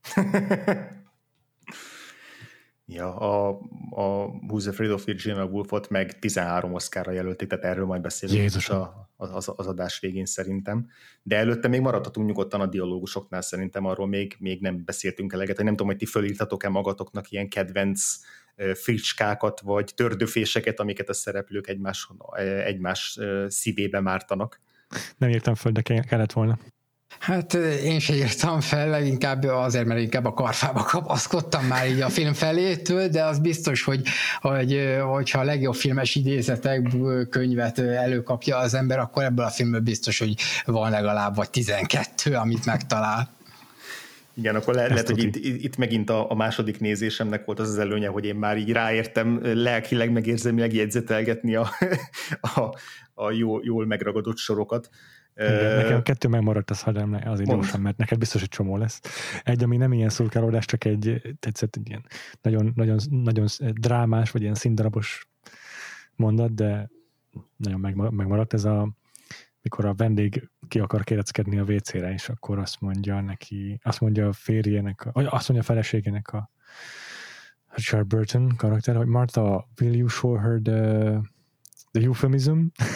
Ja, a Who's Afraid of Virginia Woolfot meg 13 Oscarra jelölték, tehát erről majd beszélünk az adás végén szerintem. De előtte még maradhatunk nyugodtan a dialógusoknál, szerintem arról még nem beszéltünk eleget. Nem tudom, hogy ti fölírtatok-e magatoknak ilyen kedvenc fricskákat, vagy tördöféseket, amiket a szereplők egymás szívébe mártanak. Nem írtam föl, de kellett volna. Hát én se írtam fel, inkább azért, mert inkább a karfába kapaszkodtam már így a film felétől, de az biztos, hogyha a legjobb filmes idézetek könyvet előkapja az ember, akkor ebből a filmből biztos, hogy van legalább vagy 12, amit megtalál. Igen, akkor lehet, hogy itt megint a második nézésemnek volt az előnye, hogy én már így ráértem lelkileg, meg érzelmileg jegyzetelgetni a jól megragadott sorokat. Igen, nekem 2 megmaradt, az hagyom azért gyorsan, mert neked biztos, hogy csomó lesz. Egy, ami nem ilyen szurkálódás, csak tetszett egy ilyen nagyon drámás, vagy ilyen színdarabos mondat, de nagyon megmaradt ez mikor a vendég ki akar kéreckedni a WC-re, és akkor azt mondja a férjének, azt mondja a feleségének a Richard Burton karakter, hogy Martha, will you show her the euphemism?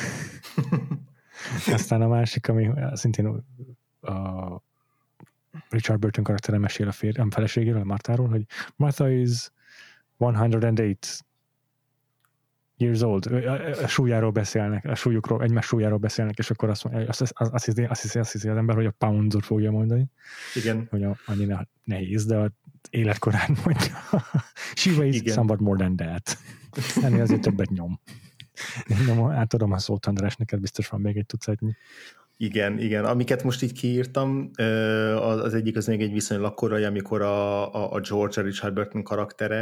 Aztán a másik, ami szintén a Richard Burton karaktere mesél a feleségéről, a Martháról, hogy Martha is 108 years old. A súlyáról beszélnek, egymás súlyáról beszélnek, és akkor azt hiszi az ember, hogy a poundsot fogja mondani. Igen. Hogy annyira nehéz, de az életkorán mondja. She weighs somewhat more than that. Ennél azért többet nyom. Átadom a szót, András, neked biztos van még egy tucatnyi. Igen. Amiket most így kiírtam, az egyik az még egy viszonylag korai, amikor a George, a Richard Burton karaktere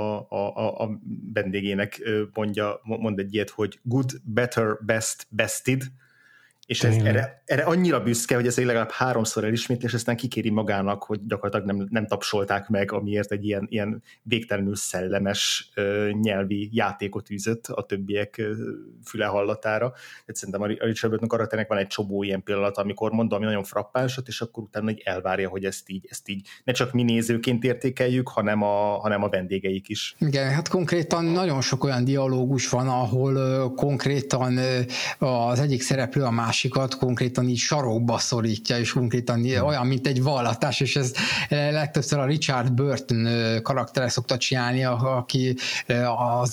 a vendégének mond egy ilyet, hogy good, better, best, bested, és erre annyira büszke, hogy ez legalább 3-szor elismétli, és aztán kikéri magának, hogy gyakorlatilag nem tapsolták meg, amiért egy ilyen végtelenül szellemes nyelvi játékot űzött a többiek füle hallatára. Tehát szerintem a Richard Burton karakternek van egy csomó ilyen pillanat, amikor mond valami nagyon frappánsat, és akkor utána elvárja, hogy ezt így ne csak mi nézőként értékeljük, hanem a vendégeik is. Igen, hát konkrétan nagyon sok olyan dialógus van, ahol konkrétan az egyik szereplő a másikat konkrétan így sarokba szorítja, és konkrétan olyan, mint egy vallatás, és ez legtöbbször a Richard Burton karaktere szokta csinálni, aki az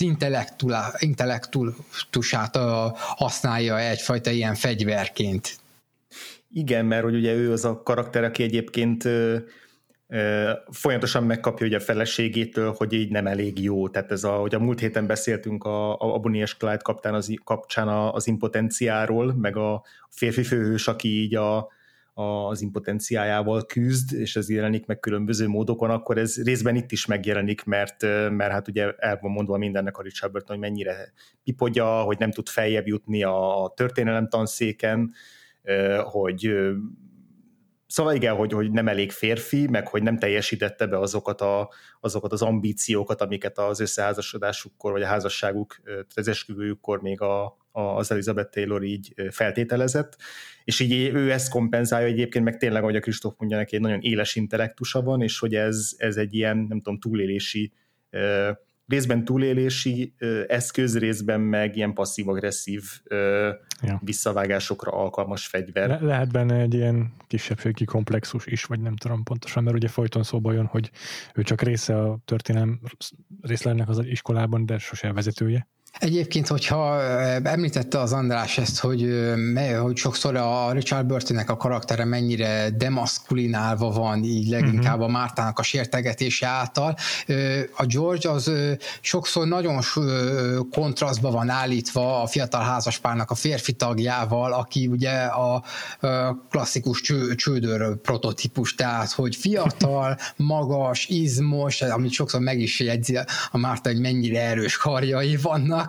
intellektusát használja egyfajta ilyen fegyverként. Igen, mert hogy ugye ő az a karakter, aki egyébként folyamatosan megkapja ugye a feleségétől, hogy így nem elég jó. Tehát hogy a múlt héten beszéltünk a Bonnie és Clyde kapcsán az impotenciáról, meg a férfi főhős, aki így az impotenciájával küzd, és ez jelenik meg különböző módokon, akkor ez részben itt is megjelenik, mert hát ugye el van mondva mindennek a Richard Burton, hogy mennyire pipogya, hogy nem tud feljebb jutni a történelem tanszéken, hogy szóval igen, hogy nem elég férfi, meg hogy nem teljesítette be azokat az ambíciókat, amiket az összeházasodásukkor, vagy a házasságuk, az esküvőjükkor még az Elizabeth Taylor így feltételezett, és így ő ezt kompenzálja egyébként, meg tényleg, ahogy a Kristóf mondja, neki egy nagyon éles intellektusa van, és hogy ez egy ilyen, nem tudom, túlélési részben túlélési eszköz, részben meg ilyen passzív-agresszív visszavágásokra alkalmas fegyver. Lehet benne egy ilyen kisebbségi komplexus is, vagy nem tudom pontosan, mert ugye folyton szóba jön, hogy ő csak része a történelem részletnek az iskolában, de sose a vezetője. Egyébként, hogyha említette az András ezt, hogy sokszor a Richard Burtonnek a karaktere mennyire demaszkulinálva van, így leginkább a Mártának a sértegetése által. A George az sokszor nagyon kontrasztba van állítva a fiatal házaspárnak a férfi tagjával, aki ugye a klasszikus csődör prototípus, tehát hogy fiatal, magas, izmos, amit sokszor meg is jegyzi a Márta, hogy mennyire erős karjai vannak,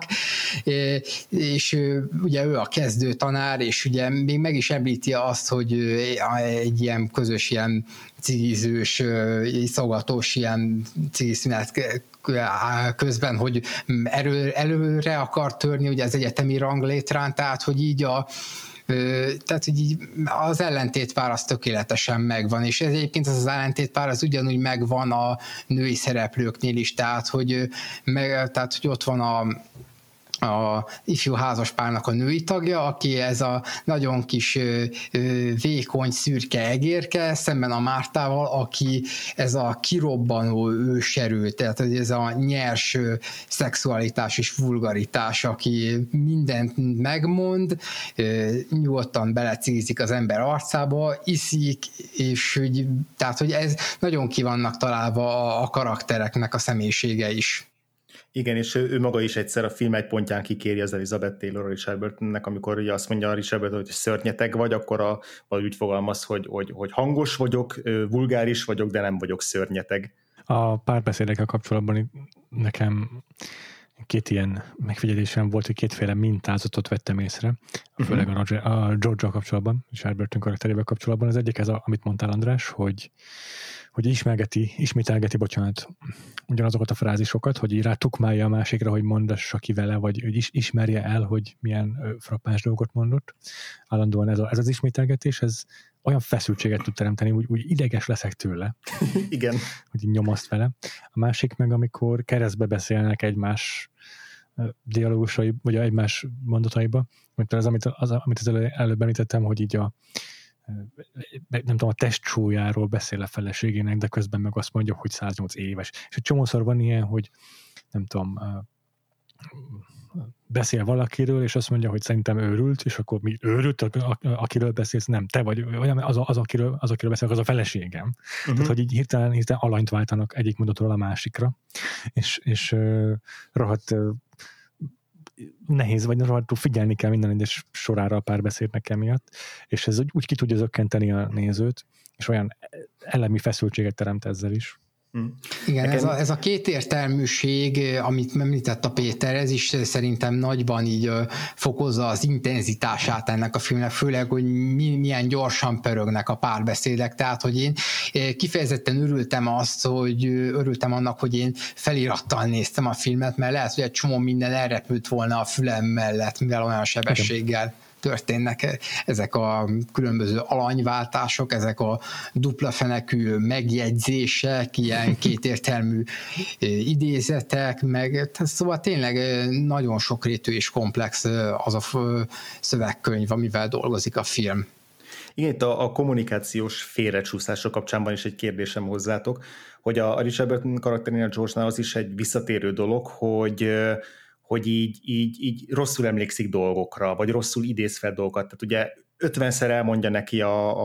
és ugye ő a kezdő tanár, és ugye még meg is említi azt, hogy egy ilyen közös, ilyen cigizős, iszogatós ilyen cigiszünet közben, hogy előre akar törni ugye az egyetemi ranglétrán, tehát hogy így tehát, hogy így az ellentétpár az tökéletesen megvan, és ez egyébként az ellentétpár az ugyanúgy megvan a női szereplőknél is, tehát hogy ott van a ifjú házaspárnak a női tagja, aki ez a nagyon kis vékony, szürke egérke, szemben a Mártával, aki ez a kirobbanó őserő, tehát ez a nyers szexualitás és vulgaritás, aki mindent megmond, nyugodtan belecízik az ember arcába, iszik, és tehát, hogy ez nagyon ki vannak találva a karaktereknek a személyisége is. Igen, és ő maga is egyszer a film egy pontján kikéri az Elizabeth Taylor a Richard Burtonnek, amikor ugye azt mondja a Richard Burton, hogy szörnyeteg vagy, akkor valahogy úgy fogalmaz, hogy hangos vagyok, vulgáris vagyok, de nem vagyok szörnyeteg. A párbeszédekkel kapcsolatban nekem két ilyen megfigyelésem volt, hogy kétféle mintázatot vettem észre, főleg a George-al kapcsolatban, Richard Burton karakterével kapcsolatban. Az egyik ez, amit mondtál, András, hogy ismételgeti, ugyanazokat a frázisokat, hogy így rátukmálja a másikra, hogy mondassa ki vele, vagy hogy ismerje el, hogy milyen frappáns dolgot mondott. Állandóan ez az ismételgetés, ez olyan feszültséget tud teremteni, úgy ideges leszek tőle. Igen. Hogy így nyomaszt vele. A másik meg, amikor keresztbe beszélnek egymás dialógusai, vagy egymás mondataiba, mint az, amit az előbb említettem, hogy így nem tudom, a testsúlyáról beszél a feleségének, de közben meg azt mondja, hogy 108 éves. És egy csomószor van ilyen, hogy nem tudom, beszél valakiről, és azt mondja, hogy szerintem őrült, és akkor mi őrült, akiről beszélsz, nem, te vagy, az akiről beszélek, az a feleségem. Tehát, hogy így hirtelen alanyt váltanak egyik mondatról a másikra, és rohadt nehéz, vagy rohadtul figyelni kell minden egyes sorára a párbeszédnek emiatt, és ez úgy ki tudja zökkenteni a nézőt, és olyan elemi feszültséget teremt ezzel is. Igen, ez a kétértelműség, amit említett a Péter, ez is szerintem nagyban így fokozza az intenzitását ennek a filmnek, főleg, hogy milyen gyorsan pörögnek a párbeszédek, tehát, hogy én kifejezetten örültem annak, hogy én felirattal néztem a filmet, mert lehet, hogy egy csomó minden elrepült volna a fülem mellett, mivel olyan sebességgel történnek ezek a különböző alanyváltások, ezek a dupla fenekű megjegyzések, ilyen kétértelmű idézetek, meg szóval tényleg nagyon sokrétű és komplex az a szövegkönyv, amivel dolgozik a film. Igen, itt a kommunikációs félrecsúszása kapcsán is egy kérdésem hozzátok, hogy a Richard Burton karakterénél, a George-nál az is egy visszatérő dolog, hogy így rosszul emlékszik dolgokra, vagy rosszul idéz fel dolgokat. Tehát ugye 50-szer elmondja neki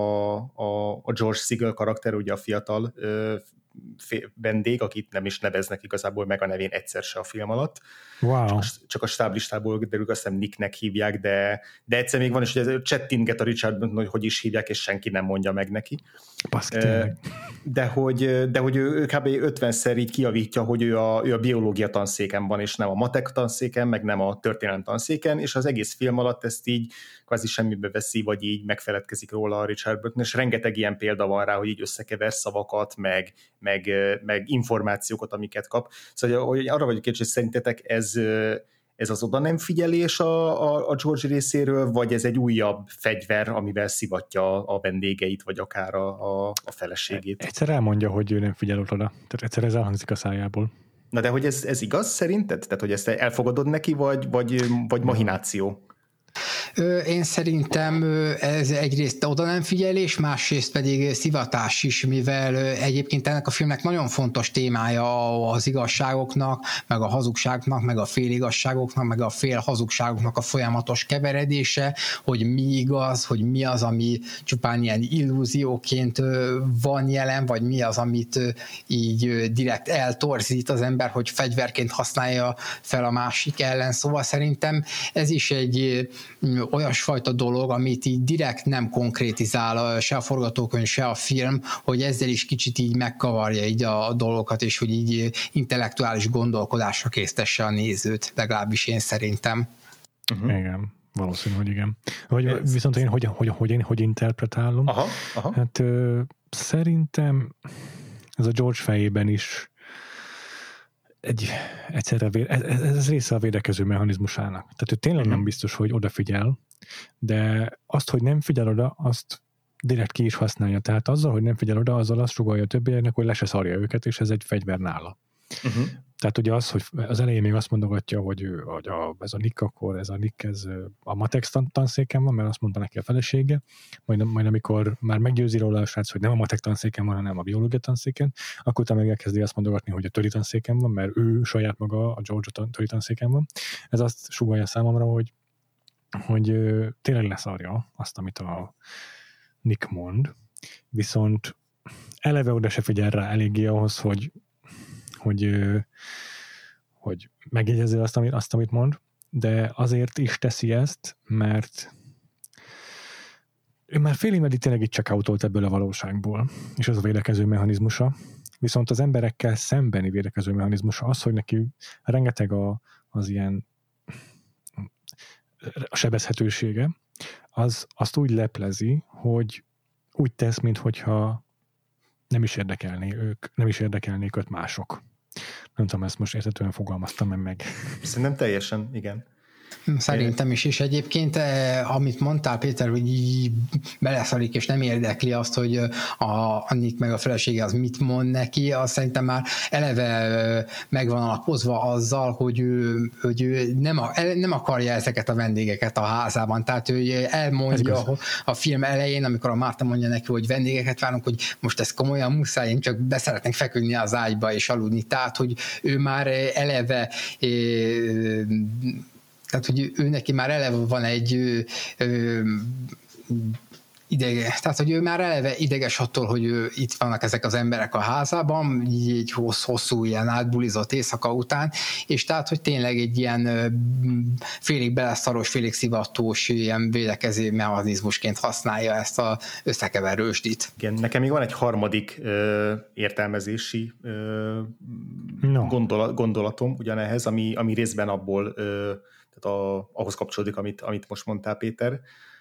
a George Segal karakter, ugye a fiatal vendég, akit nem is neveznek igazából meg a nevén egyszer se a film alatt. Wow. Csak a stáblistából derül, azt hiszem Nicknek hívják, de egyszer még van is, hogy csettinget a Richard, hogy is hívják, és senki nem mondja meg neki. De hogy ő kb. 50-szer így kijavítja, hogy ő a biológia tanszéken van, és nem a matek tanszéken, meg nem a történelem tanszéken, és az egész film alatt ezt így kvázi semmibe veszi, vagy így megfeledkezik róla a Richard Burton, és rengeteg ilyen példa van rá, hogy így összekever szavakat, meg információkat, amiket kap. Szóval hogy arra vagyok kérdés, hogy szerintetek ez az oda nem figyelés a George részéről, vagy ez egy újabb fegyver, amivel szivatja a vendégeit, vagy akár a feleségét? Egyszer elmondja, hogy ő nem figyel oda. Tehát egyszer ez elhangzik a szájából. Na de hogy ez igaz szerinted? Tehát, hogy ezt elfogadod neki, vagy mahináció? Én szerintem ez egyrészt oda nem figyelés, másrészt pedig szivatás is, mivel egyébként ennek a filmnek nagyon fontos témája az igazságoknak, meg a hazugságoknak, meg a féligazságoknak, meg a félhazugságoknak a folyamatos keveredése, hogy mi igaz, hogy mi az, ami csupán ilyen illúzióként van jelen, vagy mi az, amit így direkt eltorzít az ember, hogy fegyverként használja fel a másik ellen. Szóval szerintem ez is egy olyasfajta dolog, amit így direkt nem konkrétizál se a forgatókönyv, se a film, hogy ezzel is kicsit így megkavarja így a dolgokat, és hogy így intellektuális gondolkodásra késztesse a nézőt, legalábbis én szerintem. Igen, valószínű, hogy igen. Viszont én hogy interpretálom? Aha. Hát szerintem ez a George fejében is egyszerre ez része a védekező mechanizmusának. Tehát ő tényleg nem biztos, hogy odafigyel, de azt, hogy nem figyel oda, azt direkt ki is használja. Tehát azzal, hogy nem figyel oda, azzal azt sugallja a többieknek, hogy le se szarja őket, és ez egy fegyver nála. Tehát Tehát ugye az, hogy az elején még azt mondogatja, hogy ez a Nick akkor, ez a Nick, ez a Matex tanszéken van, mert azt mondta neki a felesége, majd amikor már meggyőzi róla a srác, hogy nem a Matex tanszéken van, hanem a biológia tanszéken, akkor utána meg elkezdi azt mondogatni, hogy a töri tanszéken van, mert ő saját maga a George a töri tanszéken van. Ez azt sugallja számomra, hogy tényleg leszarja azt, amit a Nick mond, viszont eleve oda se figyel rá eléggé ahhoz, hogy megjegyezze azt, amit mond, de azért is teszi ezt, mert ő már félig meddig tényleg itt csak autolt ebből a valóságból, és ez a védekező mechanizmusa. Viszont az emberekkel szembeni védekező mechanizmusa az, hogy neki rengeteg az ilyen a sebezhetősége, azt úgy leplezi, hogy úgy tesz, minthogyha nem is érdekelnék őt mások. Nem tudom, ezt most értetően fogalmaztam meg. Szerintem teljesen, igen. Szerintem is, és egyébként amit mondtál, Péter, hogy így beleszarik, és nem érdekli azt, hogy a Nick meg a felesége az mit mond neki, az szerintem már eleve megvan alapozva azzal, hogy ő nem akarja ezeket a vendégeket a házában. Tehát ő elmondja a film elején, amikor a Márta mondja neki, hogy vendégeket várunk, hogy most ez komolyan muszáj, én csak beszeretnék feküdni az ágyba és aludni. Tehát, hogy ő már eleve tehát, hogy ő neki már eleve van egy idege, tehát, hogy ő már eleve ideges attól, hogy itt vannak ezek az emberek a házában, így egy hosszú ilyen átbulizott éjszaka után, és tehát, hogy tényleg egy ilyen félig beleszaros, félig szivatós ilyen védekező mechanizmusként használja ezt az összekeverősdit. Igen, nekem még van egy harmadik értelmezési gondolatom ugyanehhez, ami részben abból tehát ahhoz kapcsolódik, amit most mondtál, Péter,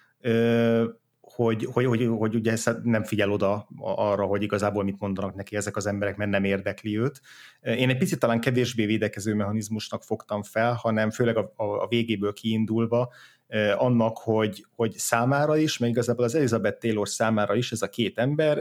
hogy ugye nem figyel oda arra, hogy igazából mit mondanak neki ezek az emberek, mert nem érdekli őt. Én egy picit talán kevésbé védekező mechanizmusnak fogtam fel, hanem főleg a végéből kiindulva annak, hogy számára is, meg igazából az Elizabeth Taylor számára is ez a két ember,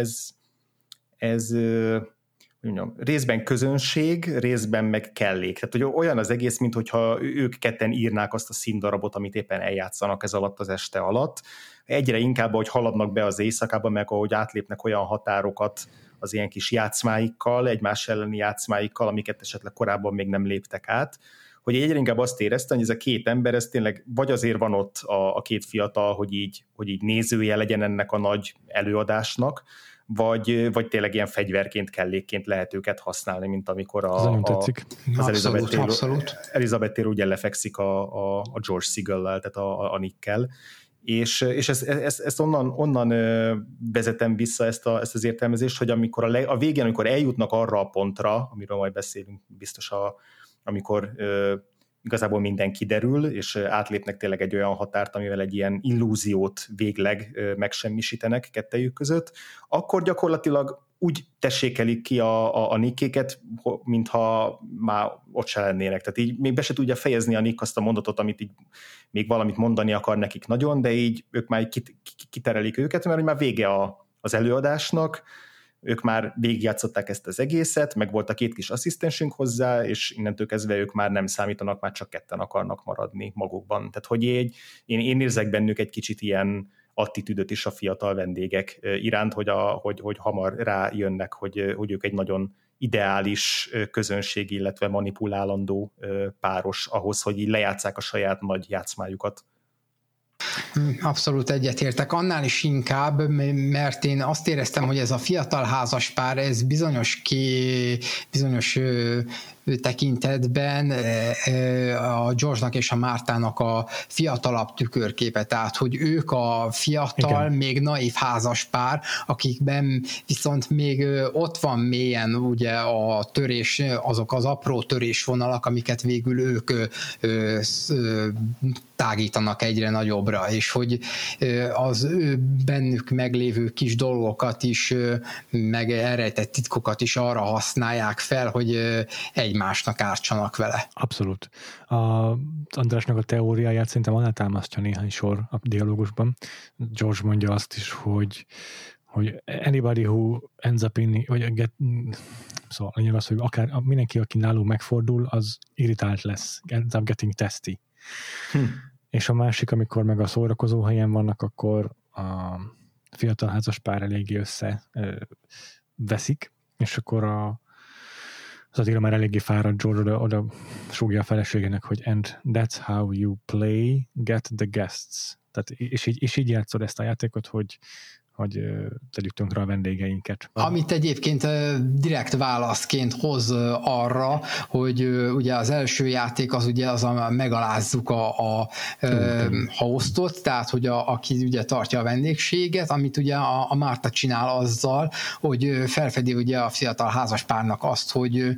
ez részben közönség, részben meg kellék. Tehát, hogy olyan az egész, mintha ők ketten írnák azt a színdarabot, amit éppen eljátszanak ez alatt az este alatt. Egyre inkább, ahogy haladnak be az éjszakába, meg ahogy átlépnek olyan határokat az ilyen kis játszmáikkal, egymás elleni játszmáikkal, amiket esetleg korábban még nem léptek át, hogy egyre inkább azt éreztem, hogy ez a két ember, ez tényleg vagy azért van ott a két fiatal, hogy így nézője legyen ennek a nagy előadásnak, vagy tényleg ilyen fegyverként, kellékként lehet őket használni, mint amikor az Elizabeth Taylor ugye lefekszik a George Seagal-lel, tehát a Nickkel, és ezt onnan vezetem vissza ezt az értelmezést, hogy amikor a végén, amikor eljutnak arra a pontra, amiről majd beszélünk biztos, amikor igazából minden kiderül, és átlépnek tényleg egy olyan határt, amivel egy ilyen illúziót végleg megsemmisítenek kettejük között, akkor gyakorlatilag úgy tessékelik ki a Nickéket, mintha már ott se lennének. Tehát így még be se tudja fejezni a Nick azt a mondatot, amit így még valamit mondani akar nekik nagyon, de így ők már kiterelik őket, mert már vége az előadásnak, ők már végigjátszották ezt az egészet, meg volt a két kis asszisztensünk hozzá, és innentől kezdve ők már nem számítanak, már csak ketten akarnak maradni magukban. Tehát, hogy én érzek bennük egy kicsit ilyen attitűdöt is a fiatal vendégek iránt, hogy hamar rájönnek, hogy ők egy nagyon ideális közönség, illetve manipulálandó páros ahhoz, hogy így lejátsszák a saját nagy játszmájukat. Abszolút egyetértek, annál is inkább, mert én azt éreztem, hogy ez a fiatal házaspár, ez bizonyos tekintetben a George-nak és a Mártának a fiatalabb tükörképe, tehát hogy ők a fiatal, igen, még naív házaspár, akikben viszont még ott van mélyen ugye a törés, azok az apró törésvonalak, amiket végül ők tágítanak egyre nagyobbra, és hogy az ő bennük meglévő kis dolgokat is, meg elrejtett titkokat is arra használják fel, hogy egymásnak ártsanak vele. Abszolút. Andrásnak a teóriáját szerintem alátámasztja néhány sor a dialógusban. George mondja azt is, hogy anybody who ends up in, vagy szóval lényeg az, hogy akár mindenki, aki náluk megfordul, az irritált lesz, ends up getting testy. És a másik, amikor meg a szórakozó helyen vannak, akkor a fiatal házas pár eléggé össze veszik, és akkor az Attila már eléggé fáradt, George oda súgja a feleségének, hogy and that's how you play, get the guests. Tehát, és így játszod ezt a játékot, hogy tegyük tönkre a vendégeinket. Amit egyébként direkt válaszként hoz arra, hogy ugye az első játék az ugye az, megalázzuk a hostot, tehát hogy aki ugye tartja a vendégséget, amit ugye a Márta csinál azzal, hogy felfedi ugye a fiatal házaspárnak azt, hogy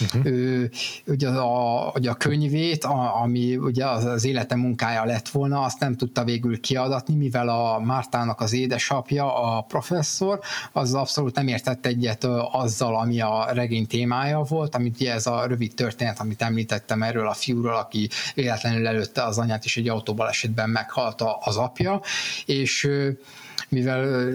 ugye a könyvét, ami ugye az élete munkája lett volna, azt nem tudta végül kiadatni, mivel a Mártának az édesapja, a professzor, az abszolút nem értett egyet azzal, ami a regény témája volt, amit ugye ez a rövid történet, amit említettem erről a fiúról, aki véletlenül előtte az anyát is egy autóbalesetben meghalt az apja, és mivel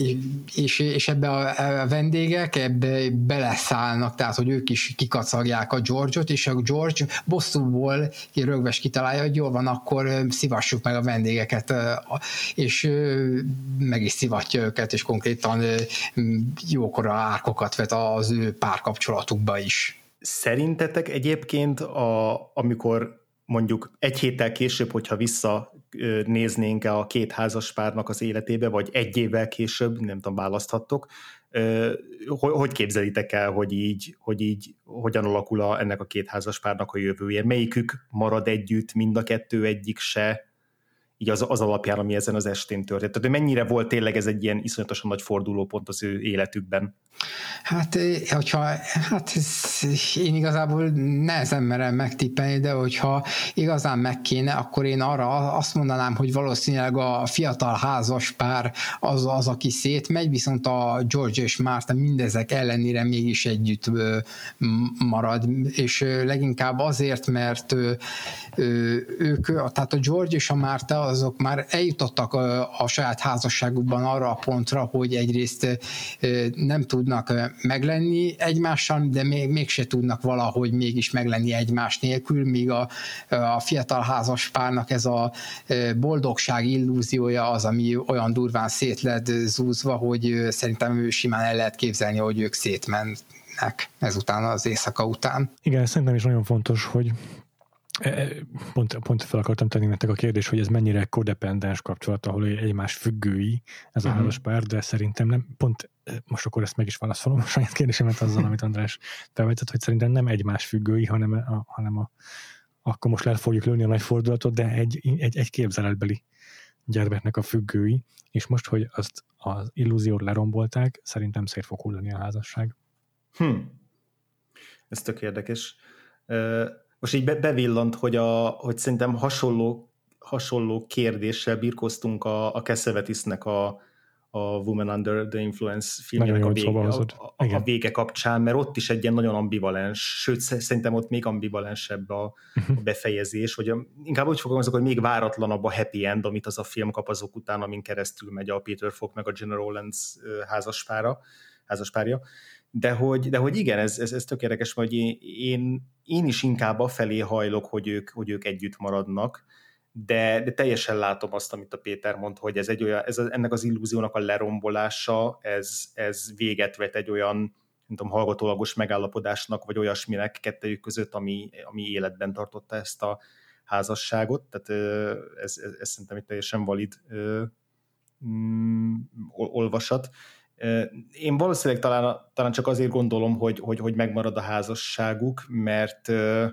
és ebbe a vendégek ebbe beleszállnak, tehát hogy ők is kikacagják a George-ot, és a George bosszúból rögves kitalálja, hogy jól van, akkor szivassuk meg a vendégeket, és meg is szivatja őket, és konkrétan jókora árkokat vet az ő párkapcsolatukba is. Szerintetek egyébként, amikor mondjuk egy héttel később, hogyha visszanéznénk a két házaspárnak az életébe, vagy egy évvel később, nem tudom, választhattok, hogy képzelitek el, hogy így hogyan alakul ennek a két házaspárnak a jövője? Melyikük marad együtt, mind a kettő, egyik se? Így az alapján, ami ezen az estén történt. Tehát mennyire volt tényleg ez egy ilyen iszonyatosan nagy fordulópont az ő életükben? Hát én igazából nehezen merem megtippelni, de hogyha igazán meg kéne, akkor én arra azt mondanám, hogy valószínűleg a fiatal házas pár az, aki szétmegy, viszont a George és Martha mindezek ellenére mégis együtt marad, és leginkább azért, mert ők, tehát a George és a Martha azok már eljutottak a saját házasságukban arra a pontra, hogy egyrészt nem tudnak meglenni egymással, de mégse tudnak valahogy mégis meglenni egymás nélkül, míg a fiatal házas párnak ez a boldogság illúziója az, ami olyan durván szét lett zúzva, hogy szerintem simán el lehet képzelni, hogy ők szétmennek ezután az éjszaka után. Igen, szerintem is nagyon fontos, hogy pont fel akartam tenni nektek a kérdés, hogy ez mennyire kodependens kapcsolat, ahol egymás függői ez a házas pár, de szerintem nem, pont most akkor ezt meg is válaszolom a saját kérdésemet azzal, amit András felvetett, hogy szerintem nem egymás függői, hanem akkor most le fogjuk lőni a nagy fordulatot, de egy képzeletbeli gyermeknek a függői, és most, hogy azt az illúziót lerombolták, szerintem szét fog hullani a házasság. Ez tök érdekes. Most így bevillant, hogy szerintem hasonló kérdéssel birkoztunk a Cassavetes-nek a Woman Under the Influence filmnek a vége kapcsán, mert ott is egy ilyen nagyon ambivalens, sőt szerintem ott még ambivalensebb a befejezés, hogy inkább úgy fogalmazok, hogy még váratlanabb a happy end, amit az a film kap azok után, amin keresztül megy a Peter Falk meg a Gena Rowlands házaspárja. De hogy igen, ez tök érdekes, hogy én is inkább afelé hajlok, hogy ők együtt maradnak, de teljesen látom azt, amit a Péter mond, hogy ez ennek az illúziónak a lerombolása, ez véget vet egy olyan, nem tudom, hallgatólagos megállapodásnak, vagy olyasminek kettejük között, ami életben tartotta ezt a házasságot. Tehát ez szerintem egy teljesen valid olvasat. Én valószínűleg talán csak azért gondolom, hogy megmarad a házasságuk, mert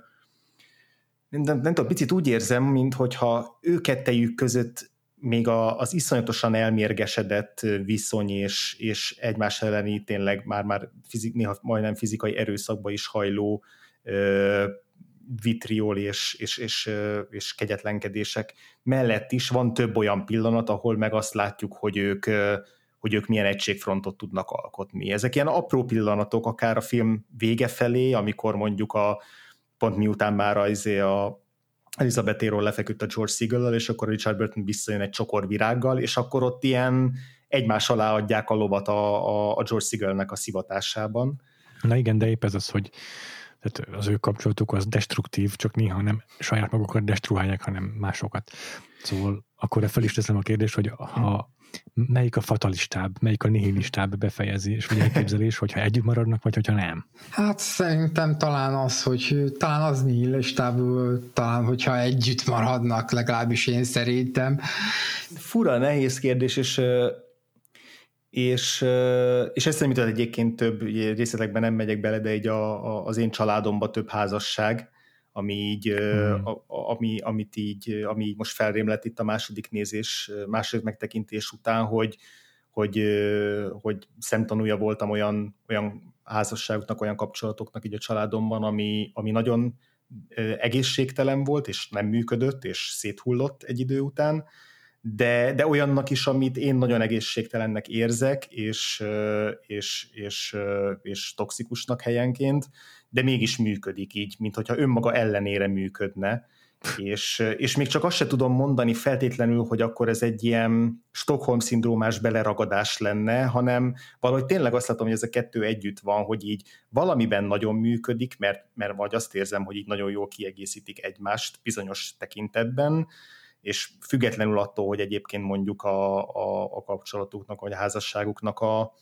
nem tudom, picit úgy érzem, minthogyha ő kettejük között még az iszonyatosan elmérgesedett viszony és egymás elleni tényleg már néha majdnem fizikai erőszakba is hajló vitriol és kegyetlenkedések mellett is van több olyan pillanat, ahol meg azt látjuk, hogy ők milyen egységfrontot tudnak alkotni. Ezek ilyen apró pillanatok, akár a film vége felé, amikor mondjuk pont miután már a Elizabethéról lefeküdt a George Segal-lal, és akkor Richard Burton visszajön egy csokor virággal, és akkor ott ilyen egymás alá adják a lovat a George Segalnek a szivatásában. Na igen, de épp ez az, hogy tehát az ő kapcsolatuk az destruktív, csak néha nem saját magukat destruálják, hanem másokat. Szóval akkor fel is teszem a kérdést, hogy melyik a fatalistább, melyik a nihilistább befejezés, vagy elképzelés, hogyha együtt maradnak, vagy hogyha nem? Hát szerintem talán az nihilistább, talán hogyha együtt maradnak, legalábbis én szerintem. Fura, nehéz kérdés, és ezt nem jutott egyébként több részletekben nem megyek bele, de így az én családomban több házasság, ami így, ami így most felrém lett itt a második megtekintés után, hogy szemtanúja voltam olyan házasságoknak, olyan kapcsolatoknak így a családomban, ami nagyon egészségtelen volt, és nem működött, és széthullott egy idő után, de olyannak is, amit én nagyon egészségtelennek érzek, és toxikusnak helyenként, de mégis működik így, mint hogyha önmaga ellenére működne, és még csak azt se tudom mondani feltétlenül, hogy akkor ez egy ilyen Stockholm-szindrómás beleragadás lenne, hanem valahogy tényleg azt látom, hogy ez a kettő együtt van, hogy így valamiben nagyon működik, mert vagy azt érzem, hogy így nagyon jól kiegészítik egymást bizonyos tekintetben, és függetlenül attól, hogy egyébként mondjuk a kapcsolatuknak, vagy a házasságuknak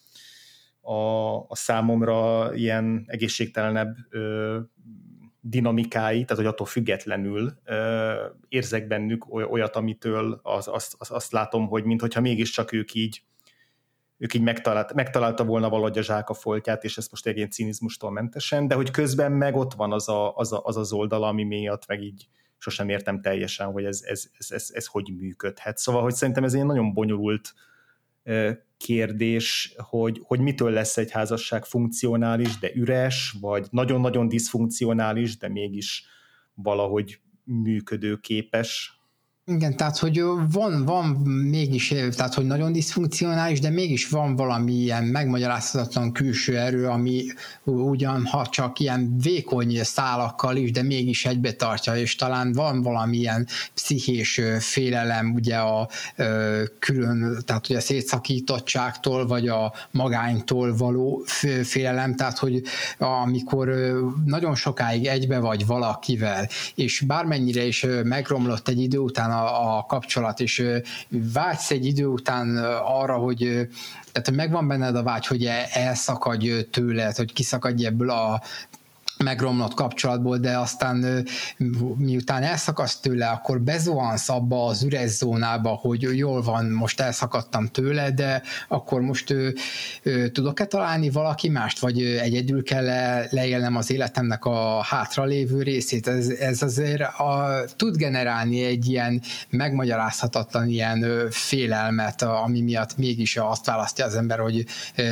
a számomra ilyen egészségtelenebb dinamikái, tehát hogy attól függetlenül érzek bennük olyat, amitől azt látom, hogy minthogyha mégiscsak ők így megtalálta volna valahogy a zsák a foltját, és ezt most egy ilyen cinizmustól mentesen, de hogy közben meg ott van az oldala, ami miatt meg így sosem értem teljesen, hogy ez hogy működhet. Szóval, hogy szerintem ez egy nagyon bonyolult kérdés, hogy mitől lesz egy házasság funkcionális, de üres, vagy nagyon-nagyon diszfunkcionális, de mégis valahogy működőképes. Igen, tehát hogy van mégis, tehát hogy nagyon diszfunkcionális, de mégis van valami ilyen megmagyarázhatatlan külső erő, ami ugyan, ha csak ilyen vékony szálakkal is, de mégis egybe tartja, és talán van valamilyen pszichés félelem, ugye tehát ugye a szétszakítottságtól, vagy a magánytól való félelem, tehát hogy amikor nagyon sokáig egybe vagy valakivel, és bármennyire is megromlott egy idő után a kapcsolat, és vágysz egy idő után arra, hogy megvan benned a vágy, hogy elszakadj tőled, hogy kiszakadj ebből a megromlott kapcsolatból, de aztán miután elszakadsz tőle, akkor bezuhansz abba az üres zónába, hogy jól van, most elszakadtam tőle, de akkor most tudok-e találni valaki mást, vagy egyedül kell leélnem az életemnek a hátralévő részét. Ez azért tud generálni egy ilyen megmagyarázhatatlan ilyen félelmet, ami miatt mégis azt választja az ember, hogy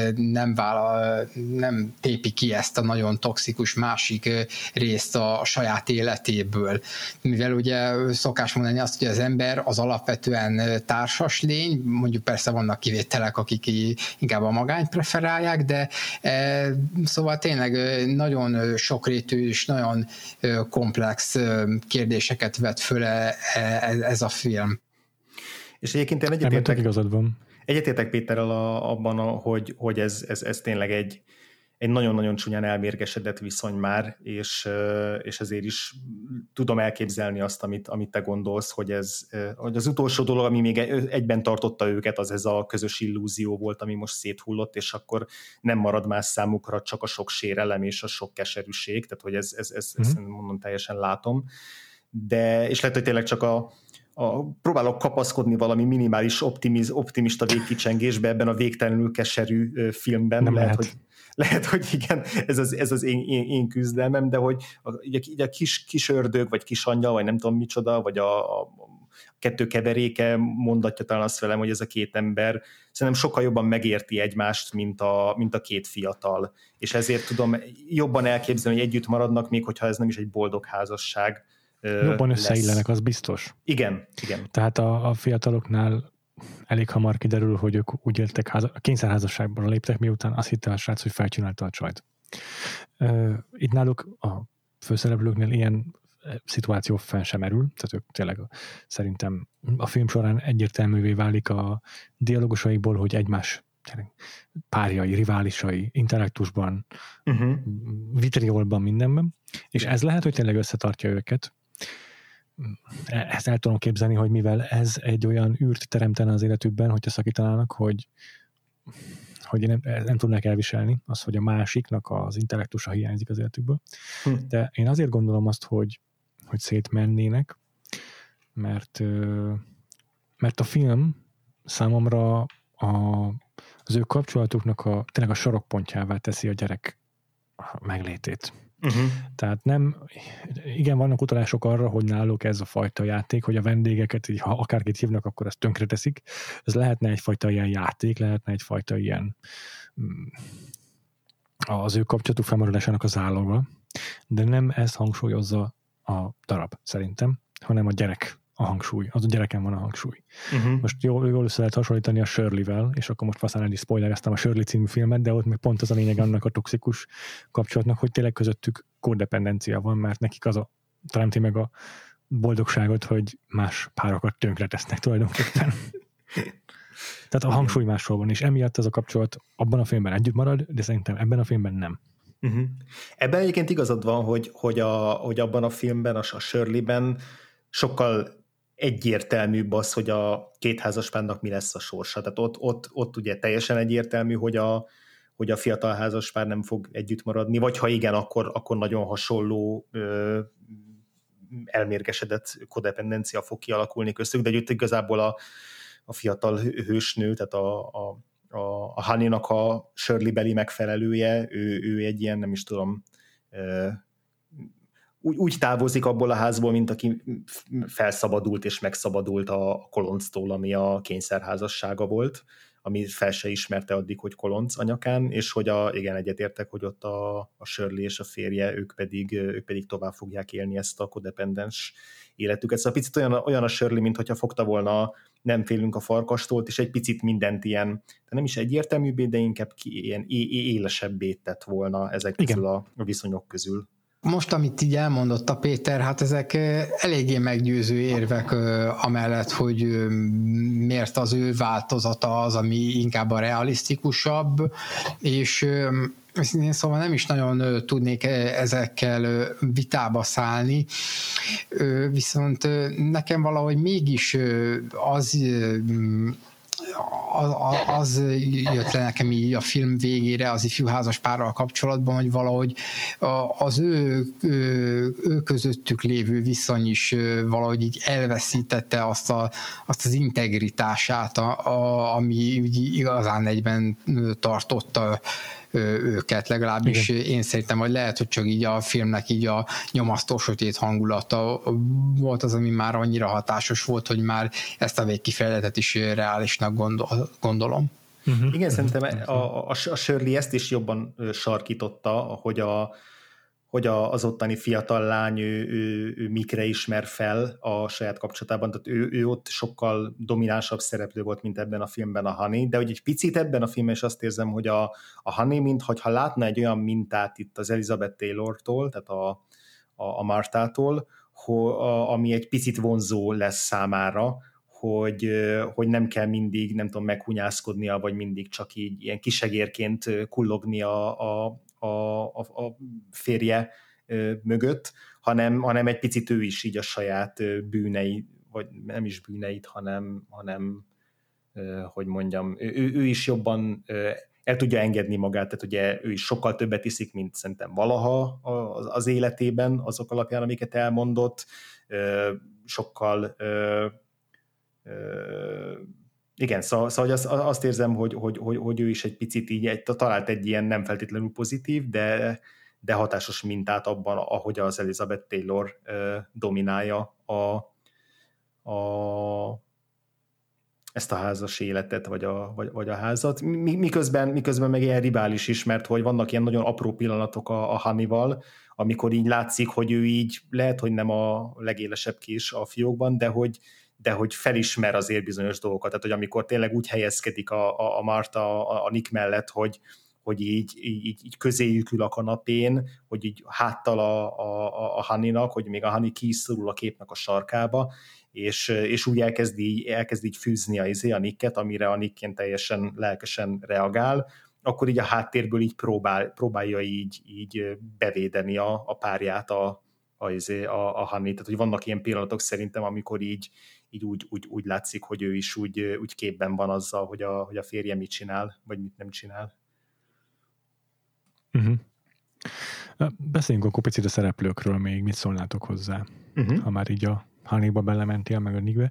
nem tépi ki ezt a nagyon toxikus másik részt a saját életéből. Mivel ugye szokás mondani azt, hogy az ember az alapvetően társas lény, mondjuk persze vannak kivételek, akik inkább a magányt preferálják, de szóval tényleg nagyon sokrétű és nagyon komplex kérdéseket vet föl ez a film. És egyébként én egyetértek Péterrel abban, hogy ez tényleg egy nagyon-nagyon csúnyán elmérgesedett viszony már, és ezért is tudom elképzelni azt, amit te gondolsz, hogy az utolsó dolog, ami még egyben tartotta őket, az ez a közös illúzió volt, ami most széthullott, és akkor nem marad más számukra csak a sok sérelem és a sok keserűség, tehát hogy ezt mondom, teljesen látom. És lehet, hogy tényleg csak próbálok kapaszkodni valami minimális optimista végkicsengésbe ebben a végtelenül keserű filmben. Nem lehet, hogy igen, ez az én küzdelmem, de hogy így a kis ördög, vagy kis angyal, vagy nem tudom micsoda, vagy a kettő keveréke mondatja talán azt velem, hogy ez a két ember szerintem sokkal jobban megérti egymást, mint a két fiatal. És ezért tudom jobban elképzelni, hogy együtt maradnak, még hogyha ez nem is egy boldog házasság. Jobban összeillenek, az biztos. Igen. Tehát a fiataloknál elég hamar kiderül, hogy ők úgy éltek, kényszerházasságban léptek, miután azt hitte a srác, hogy felcsinálta a csajt. Itt náluk a főszereplőknél ilyen szituáció fenn sem merül, tehát ők tényleg szerintem a film során egyértelművé válik a dialogusaikból, hogy egymás párjai, riválisai, intellektusban, vitriolban, mindenben, és ez lehet, hogy tényleg összetartja őket. Ezt el tudom képzelni, hogy mivel ez egy olyan űrt teremtene az életükben, hogyha szakítanának, hogy nem tudnák elviselni az, hogy a másiknak az intellektusa hiányzik az életükből. De én azért gondolom azt, hogy szétmennének, mert a film számomra az ő kapcsolatuknak tényleg a sarokpontjává teszi a gyerek meglétét. Tehát igen, vannak utalások arra, hogy náluk ez a fajta játék, hogy a vendégeket, így, ha akárkit hívnak, akkor ezt tönkreteszik. Ez lehetne egyfajta ilyen játék, lehetne egyfajta ilyen az ő kapcsolatuk felmaradásának az áloga, de nem ez hangsúlyozza a darab, szerintem, hanem a gyerek a hangsúly, az a gyereken van a hangsúly. Most jól össze lehet hasonlítani a Shirley-vel, és akkor most faszán el is spoilereztem a Shirley című filmet, de ott még pont az a lényeg annak a toxikus kapcsolatnak, hogy tényleg közöttük kódependencia van, mert nekik az a teremti meg a boldogságot, hogy más párokat tönkretesznek tulajdonképpen. Tehát a hangsúly máshol van, és emiatt ez a kapcsolat abban a filmben együtt marad, de szerintem ebben a filmben nem. Ebben egyébként igazad van, hogy abban a filmben, a Shirley-ben sokkal egyértelműbb az, hogy a két házaspárnak mi lesz a sorsa. Tehát ott ugye teljesen egyértelmű, hogy a fiatal házaspár nem fog együtt maradni, vagy ha igen, akkor nagyon hasonló elmérgesedett kodependencia fog kialakulni köztük, de itt igazából a fiatal hősnő, tehát a Honey-nak a Shirley-beli megfelelője, ő egy ilyen, nem is tudom, úgy távozik abból a házból, mint aki felszabadult és megszabadult a kolonctól, ami a kényszerházassága volt, ami fel se ismerte addig, hogy kolonc anyakán, és hogy igen, egyetértek, hogy ott a Shirley és a férje, ők pedig tovább fogják élni ezt a kodependens életüket. Szóval picit olyan a Shirley, mint hogyha fogta volna Nem félünk a farkastól, és egy picit mindent ilyen, de nem is egyértelműbbé, de inkább ilyen élesebbé tett volna ezek közül a viszonyok közül. Most, amit így elmondott a Péter, hát ezek eléggé meggyőző érvek amellett, hogy miért az ő változata az, ami inkább a realisztikusabb, és én szóval nem is nagyon tudnék ezekkel vitába szállni, viszont nekem valahogy mégis az jött le nekem így a film végére az ifjú házaspárral kapcsolatban, hogy valahogy az ő közöttük lévő viszony is valahogy így elveszítette azt az integritását, ami igazán egyben tartotta őket, legalábbis én szerintem, hogy lehet, hogy csak így a filmnek így a nyomasztó sötét hangulata volt az, ami már annyira hatásos volt, hogy már ezt a végkifejletet is reálisnak gondolom. Igen, szerintem a Shirley ezt is jobban sarkította, hogy az ottani fiatal lány ő mikre ismer fel a saját kapcsolatában, tehát ő ott sokkal dominánsabb szereplő volt, mint ebben a filmben a Honey, de hogy egy picit ebben a filmben is azt érzem, hogy a Honey, mintha látna egy olyan mintát itt az Elizabeth Taylor-tól, tehát a Martától, ami egy picit vonzó lesz számára, hogy nem kell mindig, nem tudom, meghunyászkodnia, vagy mindig csak így ilyen kisegérként kullognia a férje mögött, hanem egy picit ő is így a saját bűnei, vagy nem is bűneit, hanem hogy mondjam, ő is jobban el tudja engedni magát, tehát ugye ő is sokkal többet iszik, mint szerintem valaha az életében, azok alapján, amiket elmondott, sokkal igen, szóval azt érzem, hogy ő is egy picit így talált egy ilyen nem feltétlenül pozitív, de hatásos mintát abban, ahogy az Elizabeth Taylor dominálja ezt a házas életet, vagy a házat. Miközben meg ilyen rivális is, mert hogy vannak ilyen nagyon apró pillanatok a Honey-val, amikor így látszik, hogy ő így lehet, hogy nem a legélesebb kis a fiókban, de hogy felismer azért bizonyos dolgokat, tehát hogy amikor tényleg úgy helyezkedik a Martha a Nick mellett, hogy hogy így közéjük ül a kanapén, hogy így háttal a Honeynak, hogy még a Honey kiszorul a képnek a sarkába, és úgy elkezd így fűzni a Nicket, amire a Nick teljesen lelkesen reagál, akkor így a háttérből így próbálja így bevédeni a párját a Honey. Tehát, hogy vannak ilyen pillanatok szerintem, amikor így úgy látszik, hogy ő is úgy képben van azzal, hogy a férje mit csinál, vagy mit nem csinál. Uh-huh. Beszéljünk akkor picit a szereplőkről még, mit szólnátok hozzá, ha már így a Honeyba belementél, meg a Nickbe.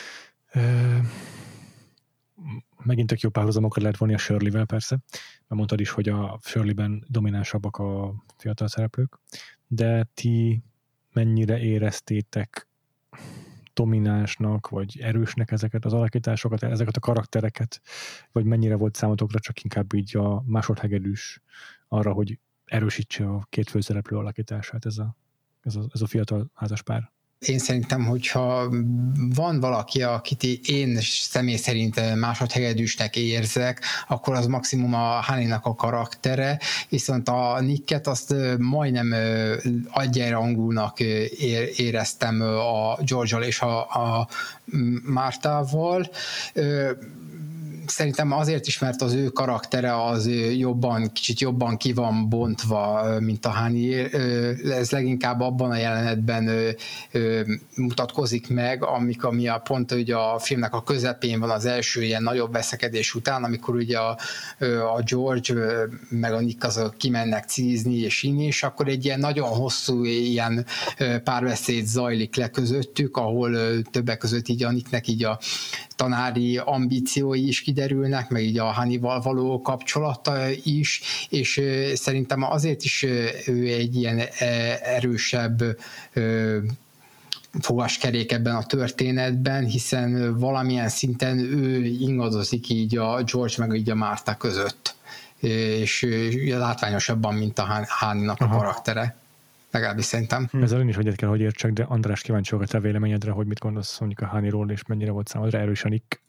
Megint tök jó párhuzamokat lehet vonni a Shirley-vel persze, mert mondtad is, hogy a Shirley-ben dominánsabbak a fiatal szereplők, de ti mennyire éreztétek dominánsnak, vagy erősnek ezeket az alakításokat, ezeket a karaktereket, vagy mennyire volt számotokra csak inkább így a másodhegedűs arra, hogy erősítse a két főszereplő alakítását ez a fiatal házaspár? Én szerintem, hogyha van valaki, akit én személy szerint másodhegedűsnek érzek, akkor az maximum a Honeynak a karaktere, viszont a Nicket azt majdnem egyenrangúnak éreztem a George-al és a Martával. Szerintem azért is, mert az ő karaktere az kicsit jobban ki van bontva, mint a Honey. Ez leginkább abban a jelenetben mutatkozik meg, ami a pont ugye a filmnek a közepén van az első ilyen nagyobb veszekedés után, amikor ugye a George meg a Nick azok kimennek cigizni és inni, és akkor egy ilyen nagyon hosszú ilyen párbeszéd zajlik le közöttük, ahol többek között így a Nicknek így a tanári ambíciói is kiderülnek, meg így a Honeyval való kapcsolata is, és szerintem azért is ő egy ilyen erősebb fogaskerék ebben a történetben, hiszen valamilyen szinten ő ingadozik így a George meg így a Martha között, és látványosabban, mint a Honeynak a karaktere. Legalábbis szerintem. Ezzel én is egyet kell, hogy értsek, de András, kíváncsi vagyok a te véleményedre, hogy mit gondolsz mondjuk a Honeyról, és mennyire volt számodra erős a Nick.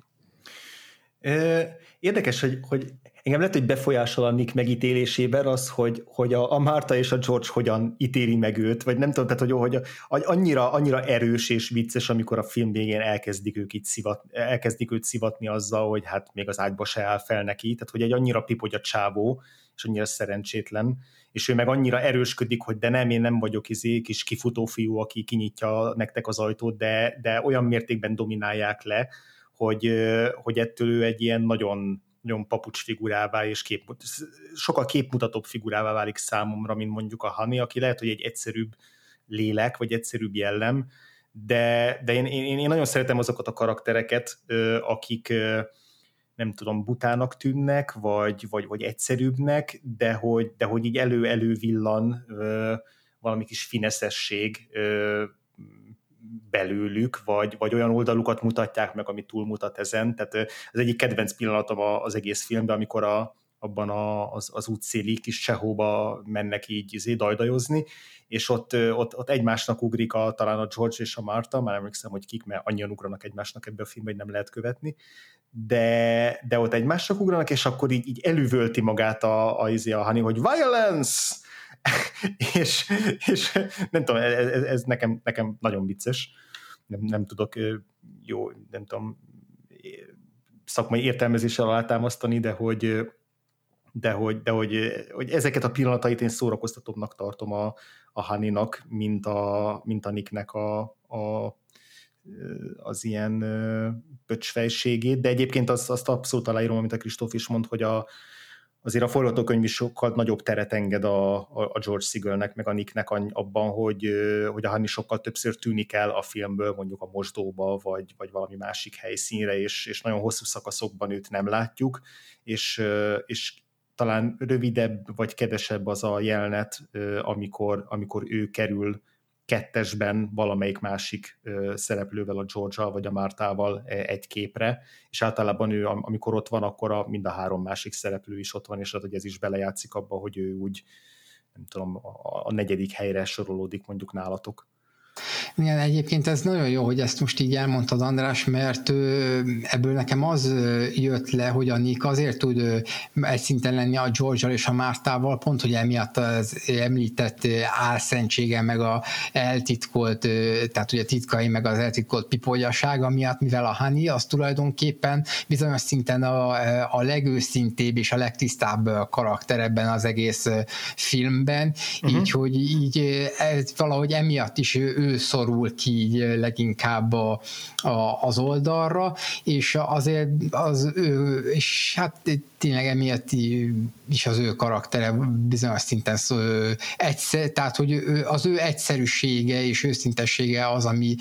Érdekes, hogy engem lehet, hogy befolyásol a Nick megítélésében az, hogy a Martha és a George hogyan ítéli meg őt, vagy nem tudom, tehát hogy annyira erős és vicces, amikor a film végén elkezdik őt szivatni azzal, hogy hát még az ágyba se áll fel neki, tehát hogy egy annyira pipogy a csávó, és annyira szerencsétlen, és ő meg annyira erősködik, hogy de nem, én nem vagyok kis kifutó fiú, aki kinyitja nektek az ajtót, de olyan mértékben dominálják le, hogy ettől ő egy ilyen nagyon, nagyon papucs figurává és sokkal képmutatóbb figurává válik számomra, mint mondjuk a Honey, aki lehet, hogy egy egyszerűbb lélek, vagy egyszerűbb jellem, de én nagyon szeretem azokat a karaktereket, akik nem tudom, butának tűnnek, vagy egyszerűbbnek, de hogy így elő-villan valami kis fineszesség belőlük, vagy olyan oldalukat mutatják meg, ami túlmutat ezen. Tehát az egyik kedvenc pillanatom az egész filmben, amikor abban az útszéli kis Csehóba mennek így dajdajozni, és ott egymásnak ugrik talán a George és a Martha, már emlékszem, hogy kik, mert annyian ugranak egymásnak ebbe a filmbe, hogy nem lehet követni, de ott egymásnak ugranak, és akkor így elüvölti magát a Honey, hogy violence! és nem tudom, ez nekem nagyon vicces. Nem tudok jó, nem tudom, szakmai értelmezéssel alátámasztani, de hogy ezeket a pillanatait én szórakoztatóbbnak tartom a Honeynak, mint a Nicknek az ilyen pöcsfejségét, de egyébként azt abszolút aláírom, amit a Kristóf is mond, hogy azért a forgatókönyv is sokkal nagyobb teret enged a George Segalnek, meg a Nicknek abban, hogy a Honey sokkal többször tűnik el a filmből, mondjuk a mosdóba, vagy valami másik helyszínre, és nagyon hosszú szakaszokban őt nem látjuk, és talán rövidebb vagy kevesebb az a jelenet, amikor ő kerül kettesben valamelyik másik szereplővel, a George-al vagy a Martával egy képre, és általában ő, amikor ott van, akkor mind a három másik szereplő is ott van, és hogy ez is belejátszik abba, hogy ő úgy, nem tudom, a negyedik helyre sorolódik mondjuk nálatok. Igen, egyébként ez nagyon jó, hogy ezt most így elmondtad, András, mert ebből nekem az jött le, hogy a Nick azért tud egy szinten lenni a George-al és a Mártával, pont, hogy emiatt az említett álszentsége, meg a eltitkolt, tehát ugye titkai, meg az eltitkolt pipolyasága miatt, mivel a Honey az tulajdonképpen bizonyos szinten a legőszintébb és a legtisztább karakter ebben az egész filmben, így, hogy így valahogy emiatt is ő szorul ki így leginkább az oldalra, és azért az ő, és hát tényleg emiatt is az ő karaktere bizonyos szinten tehát, hogy az ő egyszerűsége és őszintessége az, ami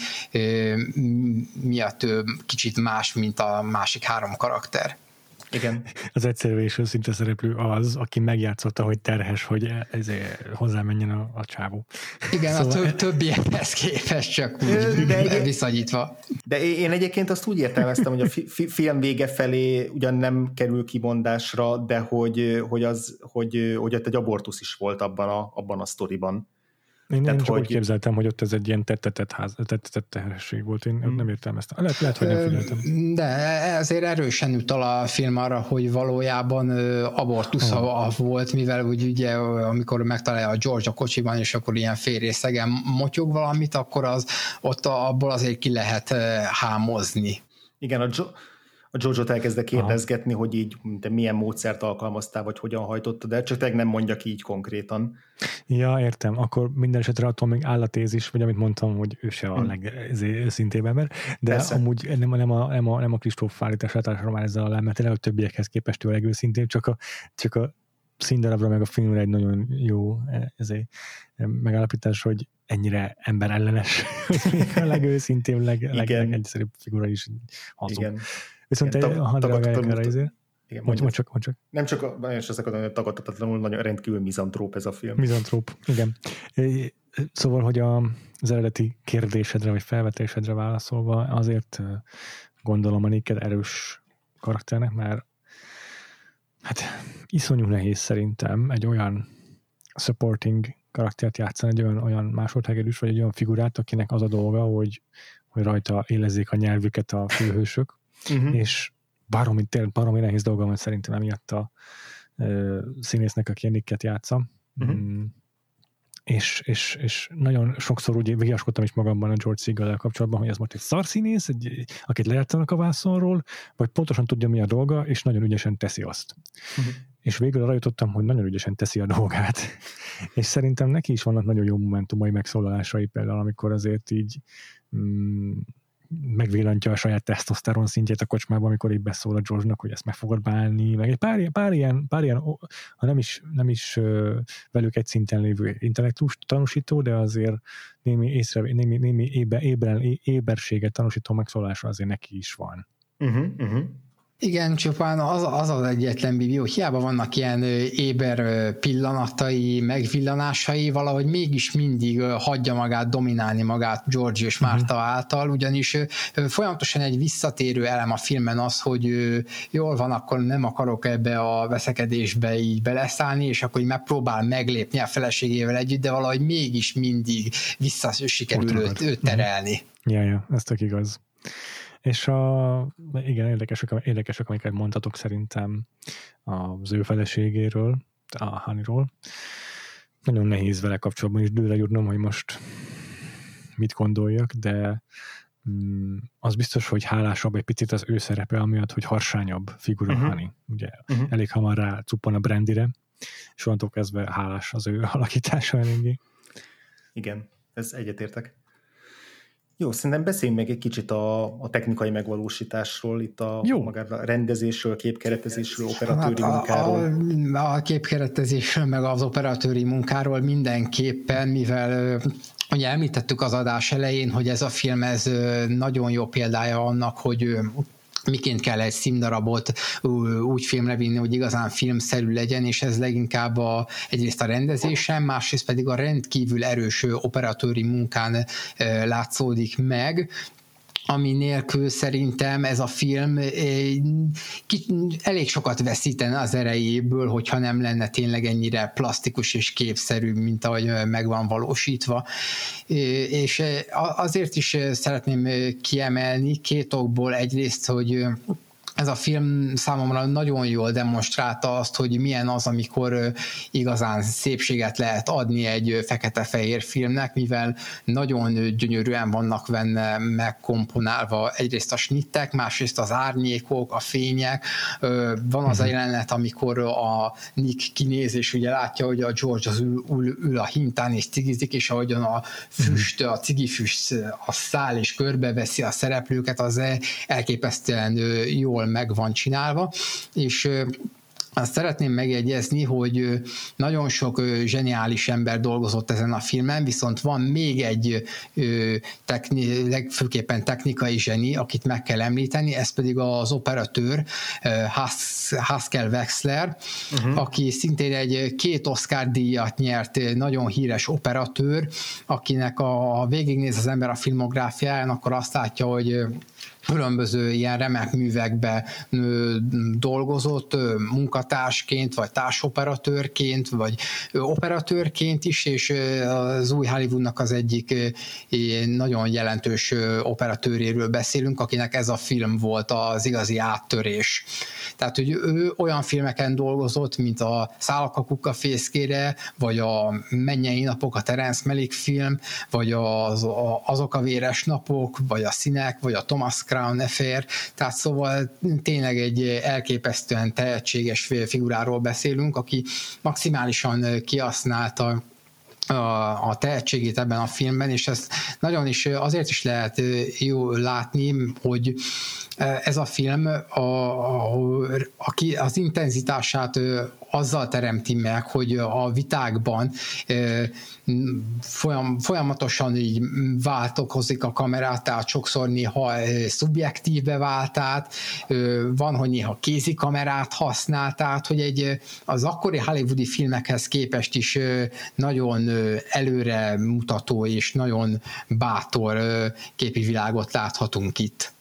miatt ő kicsit más, mint a másik három karakter. Igen. Az egyszerű és őszinte szereplő az, aki megjátszotta, hogy terhes, hogy hozzámenjen a csávó. Igen, szóval... a többiekhez képest csak úgy viszonyítva. De én egyébként azt úgy értelmeztem, hogy a film vége felé ugyan nem kerül kimondásra, de hogy ott egy abortusz is volt abban a sztoriban. Én csak úgy képzeltem, hogy ott ez egy ilyen tettetett terhesség volt. Én nem értelmeztem. Lehet, hogy nem figyeltem. De ezért erősen utal a film arra, hogy valójában abortusza volt, mivel úgy ugye, amikor megtalálja a George a kocsiban, és akkor ilyen félrészegen motyog valamit, akkor abból azért ki lehet hámozni. Igen, a Jojo-t elkezdek kérdezgetni, hogy így te milyen módszert alkalmaztál, vagy hogyan hajtottad el, csak nem mondja ki így konkrétan. Ja, értem. Akkor minden esetre attól még áll a tézis, vagy amit mondtam, hogy ő se a legszintén ember, de persze. Amúgy nem a Kristóf állítás általában már ezzel alá, mert tényleg a többiekhez képest ő a legőszintén, csak a színdarabra meg a filmre egy nagyon jó megállapítás, hogy ennyire emberellenes, hogy a legőszintén, legegyszerűbb figura is hazug. Igen. Viszont hadd reagáljak erre ezért. Mondj csak. Nem csak, és azt akarom, hogy tagadhatatlanul nagyon rendkívül mizantróp ez a film. Mizantróp, igen. Szóval, hogy az eredeti kérdésedre, vagy felvetésedre válaszolva, azért gondolom a Nicked erős karakternek, mert hát iszonyú nehéz szerintem egy olyan supporting karaktert játszani, egy olyan másodhegedűs, vagy egy olyan figurát, akinek az a dolga, hogy rajta élezzék a nyelvüket a főhősök, és baromi nehéz dolga van szerintem emiatt a színésznek, aki a Nicket játsza. És nagyon sokszor úgy vigaskodtam is magamban a George Segal-el kapcsolatban, hogy ez most egy szarszínész, akit lejátszanak a vászonról, vagy pontosan tudja, mi a dolga, és nagyon ügyesen teszi azt. És végül arra jutottam, hogy nagyon ügyesen teszi a dolgát. És szerintem neki is vannak nagyon jó momentumai, megszólalásai például, amikor azért így megvillantja a saját tesztoszteron szintjét a kocsmában, amikor így beszól a George-nak, hogy ezt meg fogod bálni, meg egy pár ilyen, ha nem is velük egy szinten lévő intellektus tanúsító, de azért némi éberséget tanúsító megszólása azért neki is van. Igen, csupán az egyetlen bibió. Hiába vannak ilyen éber pillanatai, megvillanásai, valahogy mégis mindig hagyja magát dominálni magát George és Márta által, ugyanis folyamatosan egy visszatérő elem a filmen az, hogy jól van, akkor nem akarok ebbe a veszekedésbe így beleszállni, és akkor így megpróbál meglépni a feleségével együtt, de valahogy mégis mindig vissza sikerül őt terelni. Ja, ez tök igaz. És igen, érdekesek, amiket mondhatok szerintem az ő feleségéről, a Honeyról. Nagyon nehéz vele kapcsolatban is dőle jutnom, hogy most mit gondoljak, de az biztos, hogy hálásabb egy picit az ő szerepe, amiatt, hogy harsányabb figura Honey. Ugye elég hamar rácuppan a Brandyre, és onnantól kezdve hálás az ő alakítása eléggé. Igen, ez egyetértek. Jó, szerintem beszéljünk meg egy kicsit a technikai megvalósításról, itt a rendezésről, képkeretezésről, operatőri munkáról. A képkeretezésről, meg az operatőri munkáról mindenképpen, mivel ugye említettük az adás elején, hogy ez a film ez nagyon jó példája annak, hogy miként kell egy színdarabot úgy filmre vinni, hogy igazán filmszerű legyen, és ez leginkább egyrészt a rendezésen, másrészt pedig a rendkívül erős operatőri munkán látszódik meg, ami nélkül szerintem ez a film elég sokat veszítene az erejéből, hogyha nem lenne tényleg ennyire plastikus és képszerű, mint ahogy meg van valósítva. És azért is szeretném kiemelni két okból. Egyrészt, hogy ez a film számomra nagyon jól demonstrálta azt, hogy milyen az, amikor igazán szépséget lehet adni egy fekete-fehér filmnek, mivel nagyon gyönyörűen vannak benne megkomponálva egyrészt a snittek, másrészt az árnyékok, a fények. Van az a jelenet, amikor a Nick kinéz, és ugye látja, hogy a George az ül a hintán és cigizik, és ahogyan a füst, a cigifüst a száll és körbeveszi a szereplőket, az elképesztően jól meg van csinálva, és azt szeretném megjegyezni, hogy nagyon sok zseniális ember dolgozott ezen a filmen, viszont van még egy legfőképpen technikai zseni, akit meg kell említeni, ez pedig az operatőr, Haskell Wexler, aki szintén egy 2 Oscar díjat nyert nagyon híres operatőr, akinek ha végignéz az ember a filmográfiáján, akkor azt látja, hogy különböző ilyen remek művekbe dolgozott munkatársként, vagy társoperatőrként, vagy operatőrként is, és az új Hollywoodnak az egyik nagyon jelentős operatőréről beszélünk, akinek ez a film volt az igazi áttörés. Tehát, hogy ő olyan filmeken dolgozott, mint a Szállok a kukafészkére, vagy a Mennyei napok, a Terence Malick film, vagy azok a véres napok, vagy a Színek, vagy a Thomas Crown Affair, tehát szóval tényleg egy elképesztően tehetséges figuráról beszélünk, aki maximálisan kihasználta a tehetségét ebben a filmben, és ezt nagyon is azért is lehet jó látni, hogy ez a film az intenzitását azzal teremti meg, hogy a vitákban folyamatosan így változik a kamerát, tehát sokszor néha szubjektívbe vált át, van, hogy néha kézikamerát használ, tehát hogy az akkori hollywoodi filmekhez képest is nagyon előre mutató és nagyon bátor képi világot láthatunk itt.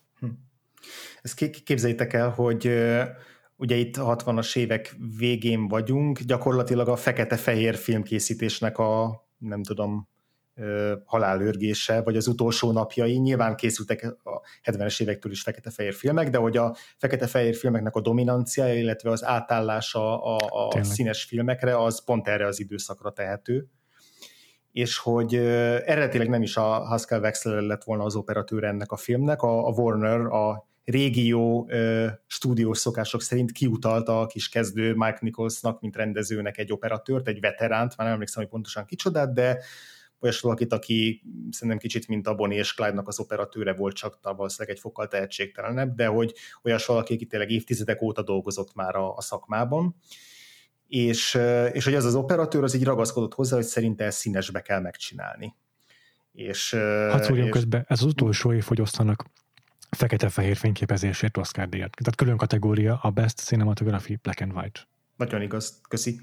Ezt képzeljétek el, hogy ugye itt a 60-as évek végén vagyunk, gyakorlatilag a fekete-fehér filmkészítésnek a, nem tudom, halálőrgése, vagy az utolsó napjai. Nyilván készültek a 70-es évektől is fekete-fehér filmek, de hogy a fekete-fehér filmeknek a dominanciája, illetve az átállása a színes filmekre, az pont erre az időszakra tehető. És hogy eredetileg nem is a Haskell Wexler lett volna az operatőr ennek a filmnek, a Warner a régi jó stúdiós szokások szerint kiutalta a kis kezdő Mike Nicholsnak, mint rendezőnek egy operatőrt, egy veteránt, már nem emlékszem, hogy pontosan kicsodát, de olyas valakit, aki szerintem kicsit, mint a Bonnie és Clyde-nak az operatőre volt, csak valószínűleg egy fokkal tehetségtelenebb, de hogy olyas valaki, aki tényleg évtizedek óta dolgozott már a szakmában. És hogy az operatőr az így ragaszkodott hozzá, hogy szerinte ezt színesbe kell megcsinálni. Hadd szúrjam közben, ez az utolsó év, hogy osztanak fekete-fehér fényképezésért Oscar díjat. Tehát külön kategória a Best Cinematography Black and White. Nagyon igaz, köszi.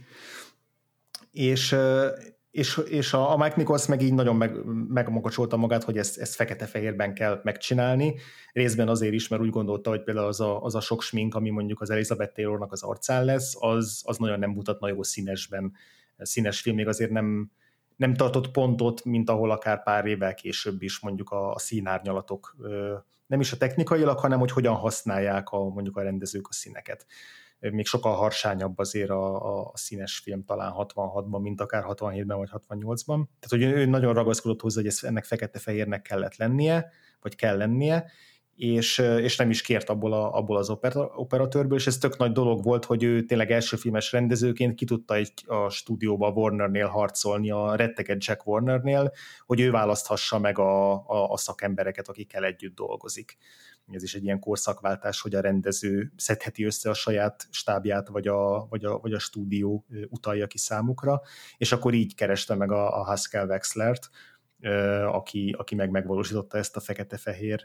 És a Mike Nichols meg így nagyon megmagacsolta magát, hogy ezt fekete-fehérben kell megcsinálni. Részben azért is, mert úgy gondolta, hogy például az a sok smink, ami mondjuk az Elizabeth Taylornak az arcán lesz, az nagyon nem mutatna jó színesben. Színes film még azért nem tartott pontot, mint ahol akár pár évvel később is mondjuk a színárnyalatok, nem is a technikailag, hanem hogy hogyan használják mondjuk a rendezők a színeket. Még sokkal harsányabb azért a színes film talán 66-ban, mint akár 67-ben vagy 68-ban. Tehát, hogy ő nagyon ragaszkodott hozzá, hogy ennek fekete-fehérnek kellett lennie, vagy kell lennie, és nem is kért abból az operatőrből, és ez tök nagy dolog volt, hogy ő tényleg első filmes rendezőként ki tudta a stúdióba a Warnernél harcolni, a retteget Jack Warnernél, hogy ő választhassa meg a szakembereket, akikkel együtt dolgozik. Ez is egy ilyen korszakváltás, hogy a rendező szedheti össze a saját stábját, vagy a stúdió utalja ki számukra, és akkor így kereste meg a Haskell Wexlert, aki megvalósította ezt a fekete-fehér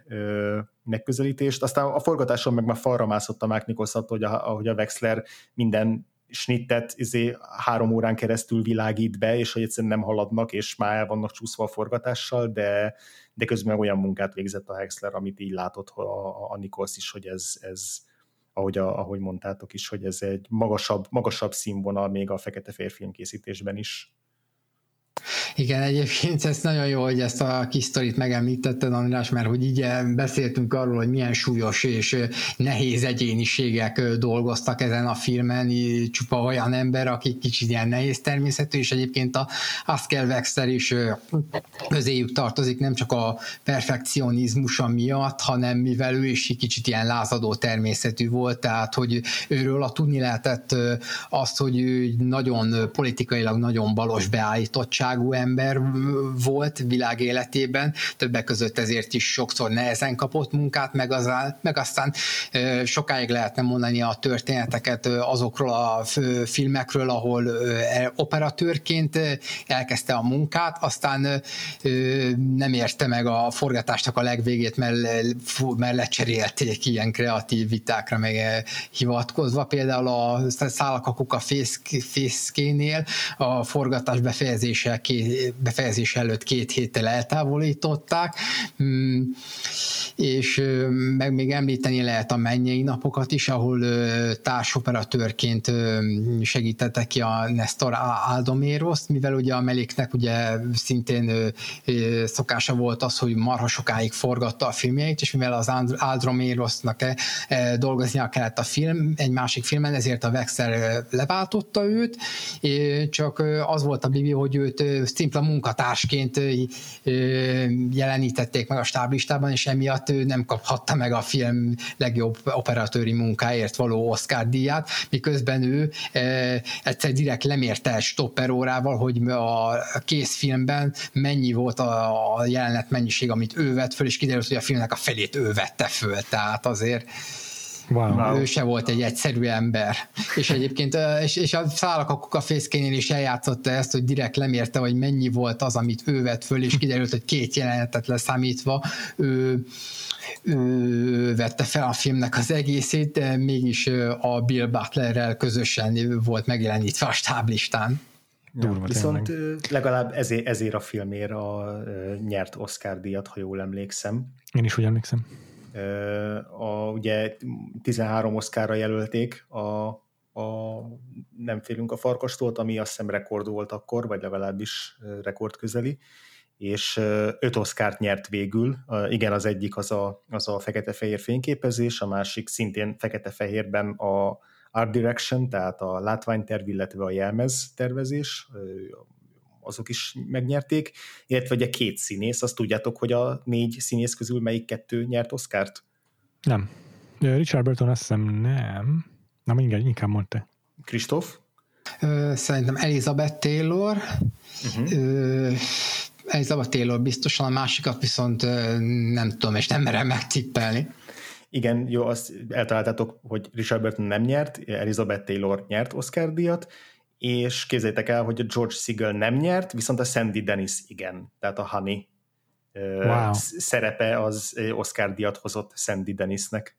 megközelítést. Aztán a forgatáson meg már falra mászott a Mike Nichols attól, hogy a Wexler minden snittet 3 órán keresztül világít be, és hogy egyszerűen nem haladnak, és már el vannak csúszva a forgatással, de közben olyan munkát végzett a Hexler, amit így látott a Nichols is, hogy ez ahogy mondtátok is, hogy ez egy magasabb színvonal még a fekete-fehér filmkészítésben is. Igen, egyébként ez nagyon jó, hogy ezt a kis sztorit megemlítetted, András, mert hogy így beszéltünk arról, hogy milyen súlyos és nehéz egyéniségek dolgoztak ezen a filmen, csupa olyan ember, akik kicsit ilyen nehéz természetű, és egyébként a Haskell Wexler is közéjük tartozik, nem csak a perfekcionizmusa miatt, hanem mivel ő is kicsit ilyen lázadó természetű volt, tehát hogy őről a tudni lehetett azt, hogy ő nagyon politikailag nagyon balos beállítottságú ember volt világ életében, többek között ezért is sokszor nehezen kapott munkát, meg aztán sokáig lehetne mondani a történeteket azokról a filmekről, ahol operatőrként elkezdte a munkát, aztán nem érte meg a forgatásnak a legvégét, mert lecserélték ilyen kreatív vitákra meg hivatkozva. Például a Szálak a kuka fészkénél a forgatás befejezés előtt 2 héttel eltávolították, és meg még említeni lehet a Mennyei napokat is, ahol társoperatőrként segítette ki a Nestor Aldoméroszt, mivel ugye a Meliknek ugye szintén szokása volt az, hogy marha sokáig forgatta a filmjeit, és mivel az Aldomérosnak dolgoznia kellett egy másik filmen, ezért a Wexler leváltotta őt, csak az volt a bibi, hogy őt szimpla munkatársként jelenítették meg a stáblistában, és emiatt ő nem kaphatta meg a film legjobb operatőri munkáért való Oscar-díját, miközben ő egyszer direkt lemérte stopperórával, hogy a készfilmben mennyi volt a jelenet mennyiség, amit ő vett föl, és kiderült, hogy a filmnek a felét ő vette föl, tehát azért wow. Ő se volt egy egyszerű ember. És egyébként és a Szálak a kuka fészkénél is eljátszotta ezt, hogy direkt lemérte, hogy mennyi volt az, amit ő vett föl, és kiderült, hogy 2 jelenetet leszámítva ő vette fel a filmnek az egészét, de mégis a Bill Butlerrel közösen volt megjelenítve a stáblistán. Ja, viszont legalább ezért a filmért nyert Oscar-díjat, ha jól emlékszem. Én is úgy emlékszem. Ugye 13 Oscarra jelölték a Nem félünk a farkastól, ami azt hiszem rekord volt akkor, vagy legalábbis rekord közeli, és 5 Oscart nyert végül. Igen, az egyik az a fekete-fehér fényképezés, a másik szintén fekete-fehérben a Art Direction, tehát a látványterv, illetve a jelmeztervezés, azok is megnyerték, illetve ugye 2 színész, azt tudjátok, hogy a 4 színész közül melyik 2 nyert Oscart? Nem. Richard Burton azt hiszem nem. Nem, inkább mondta. Kristóf? Szerintem Elizabeth Taylor. Elizabeth Taylor biztosan, a másikat viszont nem tudom, és nem merem megtippelni. Igen, jó, azt eltaláltátok, hogy Richard Burton nem nyert, Elizabeth Taylor nyert Oscar-díjat, és képzeljétek el, hogy a George Segal nem nyert, viszont a Sandy Dennis igen, tehát a Honey szerepe az Oscar-díjat hozott Sandy Dennisnek.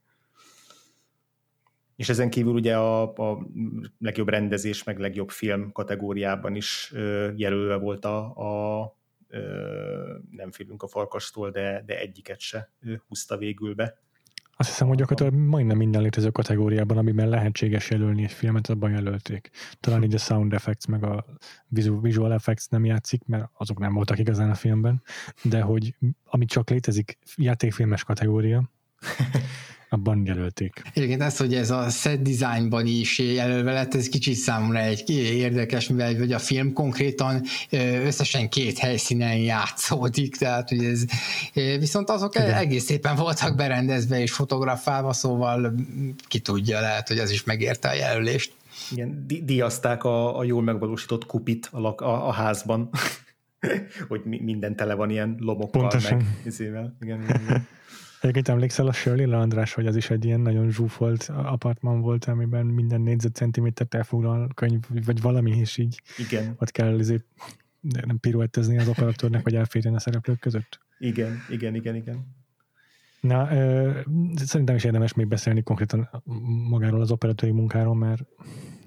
És ezen kívül ugye a legjobb rendezés, meg legjobb film kategóriában is jelölve volt a Nem félünk a farkastól, de egyiket se húzta végül be. Azt hiszem, hogy gyakorlatilag majdnem minden létező kategóriában, amiben lehetséges jelölni egy filmet, abban jelölték. Talán így a sound effects, meg a visual effects nem játszik, mert azok nem voltak igazán a filmben, de hogy amit csak létezik játékfilmes kategória, abban jelölték. Igen, ez, hogy ez a set designban is jelölve lett, ez kicsit számomra egy érdekes, mivel hogy a film konkrétan összesen 2 helyszínen játszódik, tehát hogy ez, viszont azok egész szépen voltak berendezve és fotografálva, szóval ki tudja, lehet, hogy ez is megérte a jelölést. Igen, díjazták a jól megvalósított kupit a házban, hogy minden tele van ilyen lomokkal. Pontosan. Meg izével. Igen. Egyébként emlékszel a Shirley-re, András, hogy az is egy ilyen nagyon zsúfolt apartman volt, amiben minden négyzetcentimétert elfoglal könyv, vagy valami is így. Igen. Ott kell nem piruettezni az operatőrnek, hogy elférjen a szereplők között. Igen. Na, szerintem is érdemes még beszélni konkrétan magáról az operatőri munkáról, mert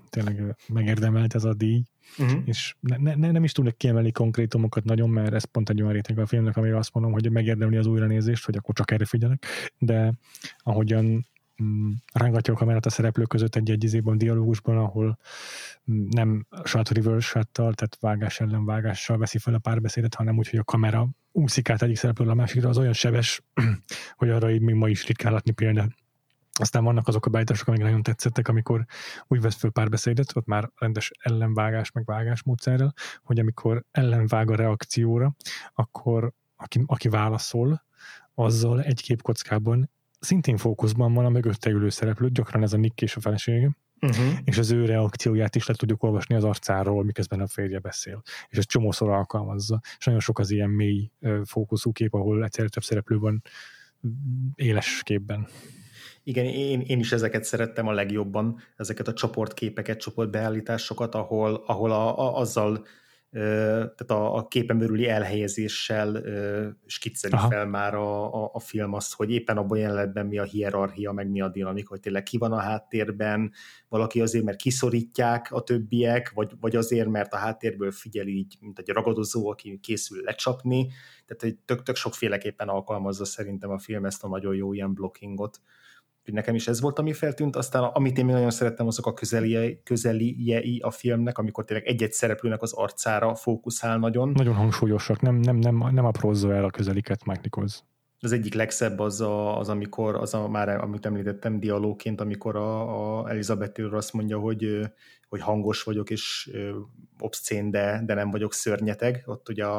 tényleg megérdemelt ez a díj, és nem is tudnak kiemelni konkrétumokat nagyon, mert ez pont egy olyan réteg a filmnek, amire azt mondom, hogy megérdemli az újranézést, hogy akkor csak erre figyelek, de ahogyan rángatja a kamerát a szereplők között egy izében, dialógusban, ahol nem shot reverse shottal, tehát vágás ellen vágással veszi fel a párbeszédet, hanem úgy, hogy a kamera úszik át egyik szereplőről a másikra, az olyan sebes, hogy arra így még ma is ritkán látni példa. Aztán vannak azok a beállítások, amik nagyon tetszettek, amikor úgy vesz föl párbeszédet, ott már rendes ellenvágás, meg vágás módszerrel, hogy amikor ellenvág a reakcióra, akkor aki válaszol, azzal egy képkockában szintén fókuszban van a mögötte ülő szereplő, gyakran ez a Nick és a felesége, és az ő reakcióját is le tudjuk olvasni az arcáról, miközben a férje beszél. És ez csomószor alkalmazza. És nagyon sok az ilyen mély fókuszú kép, ahol egyszerűen több szereplő van éles képben. Igen, én is ezeket szerettem a legjobban, ezeket a csoportképeket, csoportbeállításokat, ahol azzal, tehát a képen belüli elhelyezéssel skicceli fel már a film azt, hogy éppen abban jelenetben mi a hierarchia, meg mi a dinamika, hogy tényleg ki van a háttérben, valaki azért, mert kiszorítják a többiek, vagy azért, mert a háttérből figyeli így, mint egy ragadozó, aki készül lecsapni, tehát hogy tök sokféleképpen alkalmazza szerintem a film ezt a nagyon jó ilyen blockingot. Nekem is ez volt, ami feltűnt, aztán amit én még nagyon szerettem, azok a közeliei a filmnek, amikor tényleg egy-egy szereplőnek az arcára fókuszál nagyon. Nagyon hangsúlyosak, nem aprózza el a közeliket Mike Nichols. Az egyik legszebb az amikor, már amit említettem dialógként, amikor a Elizabeth Taylor azt mondja, hogy hangos vagyok, és obszcén, de nem vagyok szörnyeteg. Ott ugye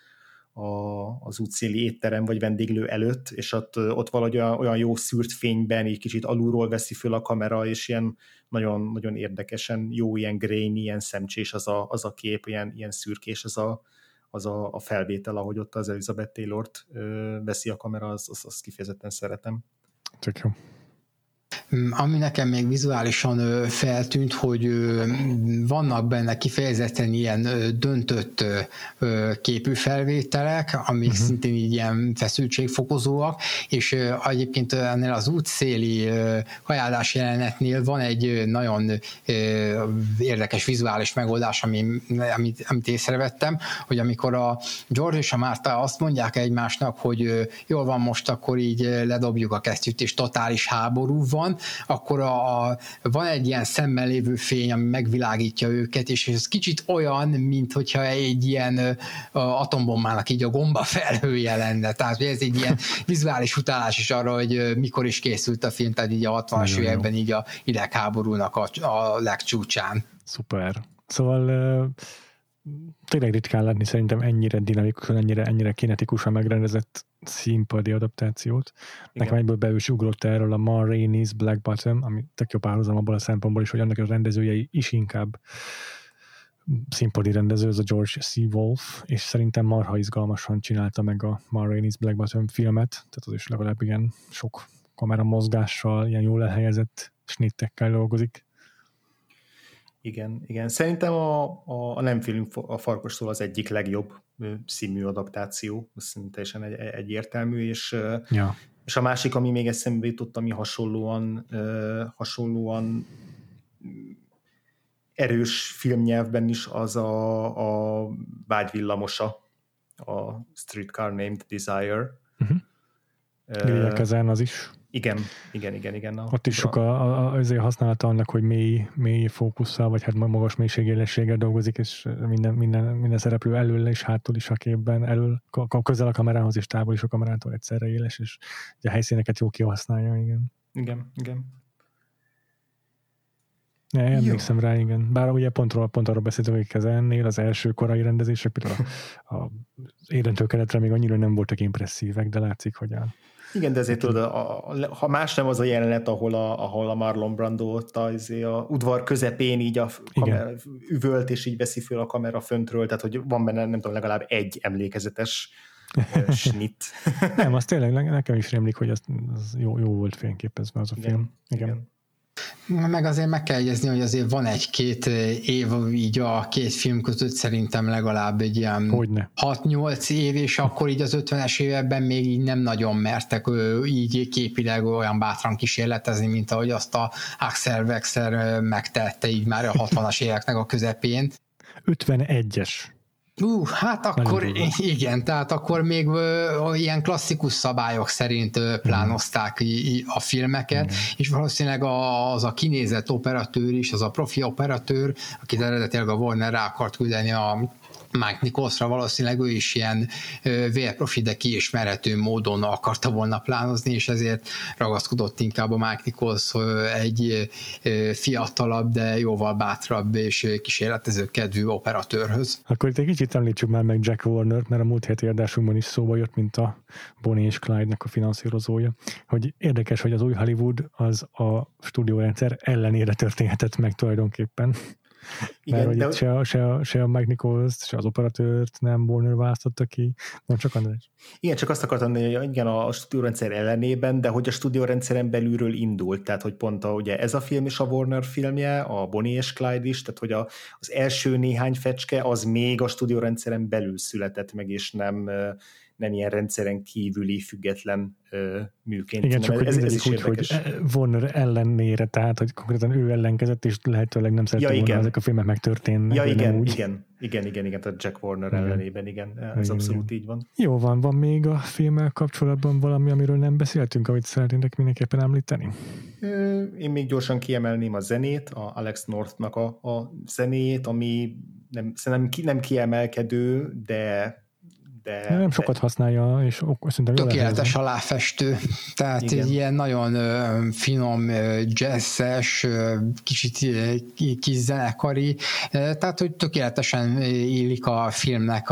az útszéli étterem vagy vendéglő előtt, és ott valahogy olyan jó szűrt fényben, így kicsit alulról veszi föl a kamera, és ilyen nagyon, nagyon érdekesen jó, ilyen grainy, ilyen szemcsés az a kép, ilyen szürkés az a felvétel, ahogy ott az Elizabeth Taylort veszi a kamera, azt kifejezetten szeretem. Tök jó. Ami nekem még vizuálisan feltűnt, hogy vannak benne kifejezetten ilyen döntött képű felvételek, amik szintén így ilyen feszültségfokozóak, és egyébként ennél az útszéli kajálás jelenetnél van egy nagyon érdekes vizuális megoldás, amit észrevettem, hogy amikor a George és a Martha azt mondják egymásnak, hogy jól van, most akkor így ledobjuk a kesztyűt, és totális háború van, akkor van egy ilyen szemmel lévő fény, ami megvilágítja őket, és ez kicsit olyan, mint hogyha egy ilyen atombombának így a gomba felhője lenne. Tehát ez egy ilyen vizuális utalás is arra, hogy mikor is készült a film, tehát így a 60-as években így a hidegháborúnak a legcsúcsán. Szuper. Szóval tényleg ritkán látni szerintem ennyire dinamikusan, ennyire kinetikusan megrendezett színpadi adaptációt. Nekem egyből be is ugrott erről a Ma Rainey's Black Bottom, ami tök jó párhuzam abból a szempontból is, hogy annak a rendezőjei is inkább színpadi rendező, ez a George C. Wolfe, és szerintem marha izgalmasan csinálta meg a Ma Rainey's Black Bottom filmet, tehát az is legalább igen sok kamera mozgással, ilyen jól elhelyezett snittekkel dolgozik. Igen. Szerintem a nem film a Farkastól az egyik legjobb színmű adaptáció, ez teljesen egyértelmű, és a másik, ami még eszembe jutott, ami hasonlóan erős filmnyelvben is, az a Vágyvillamosa, a Streetcar Named Desire. Ezen az is. Igen. Ott is sok azért használata annak, hogy mély fókusszal, vagy hát magas mélységélességgel dolgozik, és minden szereplő elől és hátul is a képben, elől közel a kamerához és távol is a kamerától egyszerre éles, és a helyszíneket jól kihasználja, igen. Igen. Emlékszem rá, igen. Bár ugye pont arról beszéltünk, hogy ennél az első korai rendezések, például az Édentől keletre még annyira nem voltak impresszívek, de látszik, hogy igen, de ezért tudod, ha más nem az a jelenet, ahol a Marlon Brando ott a udvar közepén így a kamera üvölt, és így veszi föl a kamera föntről, tehát hogy van benne, nem tudom, legalább egy emlékezetes snit. Nem, az tényleg nekem is rémlik, hogy az jó volt fényképezve az a film. Igen. Meg azért meg kell egyezni, hogy azért van egy-két év így a két film között, szerintem legalább egy ilyen 6-8 év, és akkor így az 50-es években még így nem nagyon mertek így képileg olyan bátran kísérletezni, mint ahogy azt a Axel Wexler megtette így már a 60-as éveknek a közepén. 51-es. Hát akkor igen, tehát akkor még ilyen klasszikus szabályok szerint plánozták a filmeket, és valószínűleg az a kinézett operatőr is, az a profi operatőr, akit eredetileg a Warner rá akart küldeni a Mike Nicholsra, valószínűleg ő is ilyen vérprofi, de kiismerhető módon akarta volna plánozni, és ezért ragaszkodott inkább a Mike Nichols egy fiatalabb, de jóval bátrabb és kísérletező kedvű operatőrhöz. Akkor itt egy kicsit említsük már meg Jack Warner-t, mert a múlt heti adásunkban is szóba jött, mint a Bonnie és Clyde-nak a finanszírozója, hogy érdekes, hogy az új Hollywood az a stúdiórendszer ellenére történhetett meg tulajdonképpen. Igen, mert hogy se a Mike Nichols-t, se az operatőrt nem Warner választotta ki, nem csak András. Igen, csak azt akartam mondani, hogy igen, a stúdiórendszer ellenében, de hogy a stúdiórendszeren belülről indult, tehát hogy pont ugye ez a film is a Warner filmje, a Bonnie és Clyde is, tehát hogy az első néhány fecske az még a stúdiórendszeren belül született meg, és nem ilyen rendszeren kívüli független műként. Igen, csak hogy ez is úgy, hogy Warner ellenére, tehát hogy konkrétan ő ellenkezett, és lehetőleg nem szerette volna ezek a filmek megtörténnek. Ja, igen, tehát Jack Warner ellenében, igen, ez abszolút így van. Jó van még a filmmel kapcsolatban valami, amiről nem beszéltünk, amit szeretnétek mindenképpen említeni? Én még gyorsan kiemelném a zenét, a Alex Northnak a zenéjét, ami szerintem nem kiemelkedő, de nem sokat használja, és szerintem tökéletes aláfestő. Tehát egy ilyen nagyon finom, jazzes, kicsit kis zenekari, tehát hogy tökéletesen illik a filmnek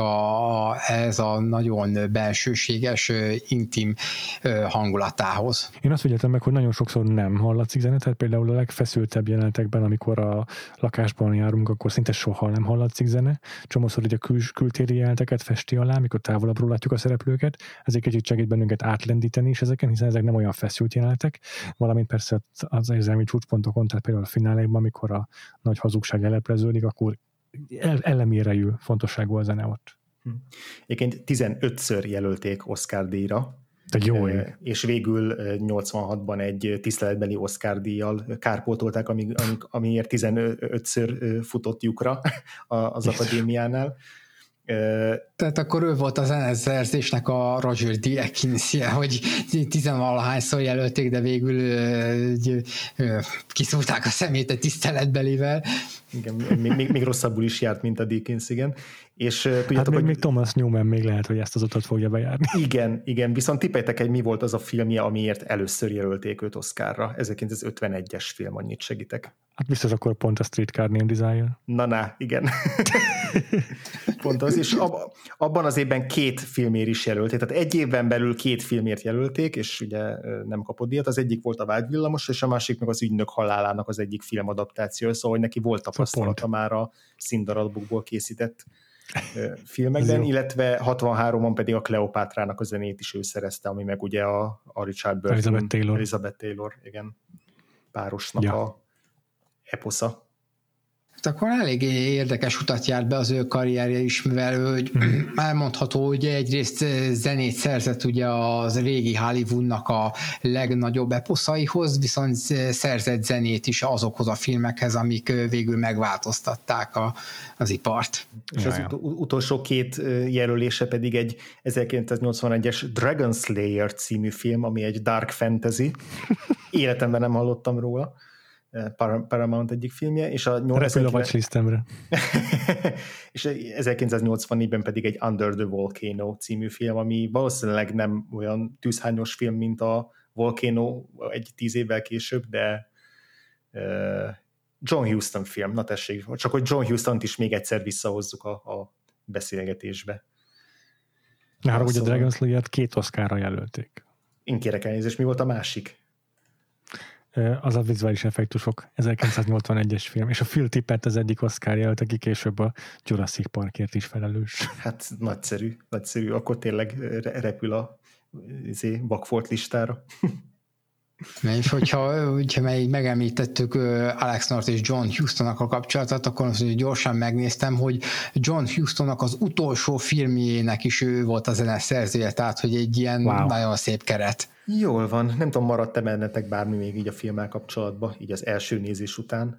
ez a nagyon belsőséges, intim hangulatához. Én azt figyeltem meg, hogy nagyon sokszor nem hallatszik zene, tehát például a legfeszültebb jelenetekben, amikor a lakásban járunk, akkor szinte soha nem hallatszik zene. Csomószor így a kültéri jeleneteket festi alá, amikor távolabbról látjuk a szereplőket, ezért kicsit segít bennünket átlendíteni is ezeken, hiszen ezek nem olyan feszült jelenetek, valamint persze az érzelmi csúcspontokon, tehát például a finálékban, amikor a nagy hazugság elepleződik, akkor ellemérejű fontosságú a zene ott. Egyébként 15-ször jelölték Oscar-díjra, és végül 86-ban egy tiszteletbeli Oscar-díjjal kárpótolták, amiért 15-ször futott lyukra az akadémiánál. Tehát akkor ő volt a zeneszerzésnek a Roger Deakins-je, hogy 10-valahányszor jelölték, de végül kiszúrták a szemét a tiszteletbelivel. Igen, még rosszabbul is járt, mint a Deakins, igen. És tudjátok, hát még Thomas Newman még lehet, hogy ezt az utat fogja bejárni. Igen, viszont tippeljetek egy, mi volt az a filmje, amiért először jelölték őt Oscarra. 1951-es film, annyit segítek. Hát biztos akkor pont a Streetcar Named Desire. Na, igen. Pont az, és abban az évben 2 filmért is jelölték, tehát egy évben belül 2 filmért jelölték, és ugye nem kapott díjat. Az egyik volt a Vágyvillamos, és a másik meg az Ügynök halálának az egyik filmadaptáció, szóval hogy neki volt tapasztalata már a színdarabokból készített filmekben, illetve 63-ban pedig a Kleopátrának a zenét is ő szerezte, ami meg ugye a Richard Burton, Elizabeth Taylor, igen, párosnak a eposza. Akkor elég érdekes utat járt be az ő karrierje is, mivel ő elmondható, hogy egyrészt zenét szerzett ugye az régi Hollywoodnak a legnagyobb eposzaihoz, viszont szerzett zenét is azokhoz a filmekhez, amik végül megváltoztatták az ipart. És az utolsó 2 jelölése pedig egy 1981-es Dragon Slayer című film, ami egy dark fantasy. Életemben nem hallottam róla. Paramount egyik filmje, és a 1984-ben pedig egy Under the Volcano című film, ami valószínűleg nem olyan tűzhányos film, mint a Volcano egy 10 évvel később, de John Huston film, na tessék, csak hogy John Hustont is még egyszer visszahozzuk a beszélgetésbe. Nára ugye a Dragon Slayer-t 2 Oscarra jelölték. Én kérek elnézést, mi volt a másik? Az a vizuális effektusok, 1981-es film, és a Phil Tippett az egyik Oscar jelölt, aki később a Jurassic Parkért is felelős. Hát nagyszerű, akkor tényleg repül a Vakfolt listára. És hogyha megemlítettük Alex North és John Hustonnak a kapcsolatot, akkor gyorsan megnéztem, hogy John Hustonnak az utolsó filmjének is ő volt a zeneszerzője, tehát hogy egy ilyen nagyon szép keret. Jól van, nem tudom, maradt-e bennetek bármi még így a filmmel kapcsolatban, így az első nézés után?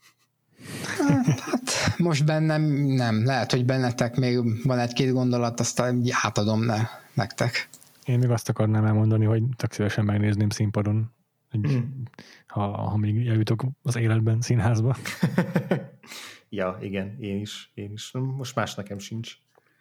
Hát most bennem nem, lehet, hogy bennetek még van egy-két gondolat, aztán átadom nektek. Én még azt akarnám elmondani, hogy tök szívesen megnézném színpadon, ha még eljutok az életben színházba. Ja, igen, én is. Most más nekem sincs.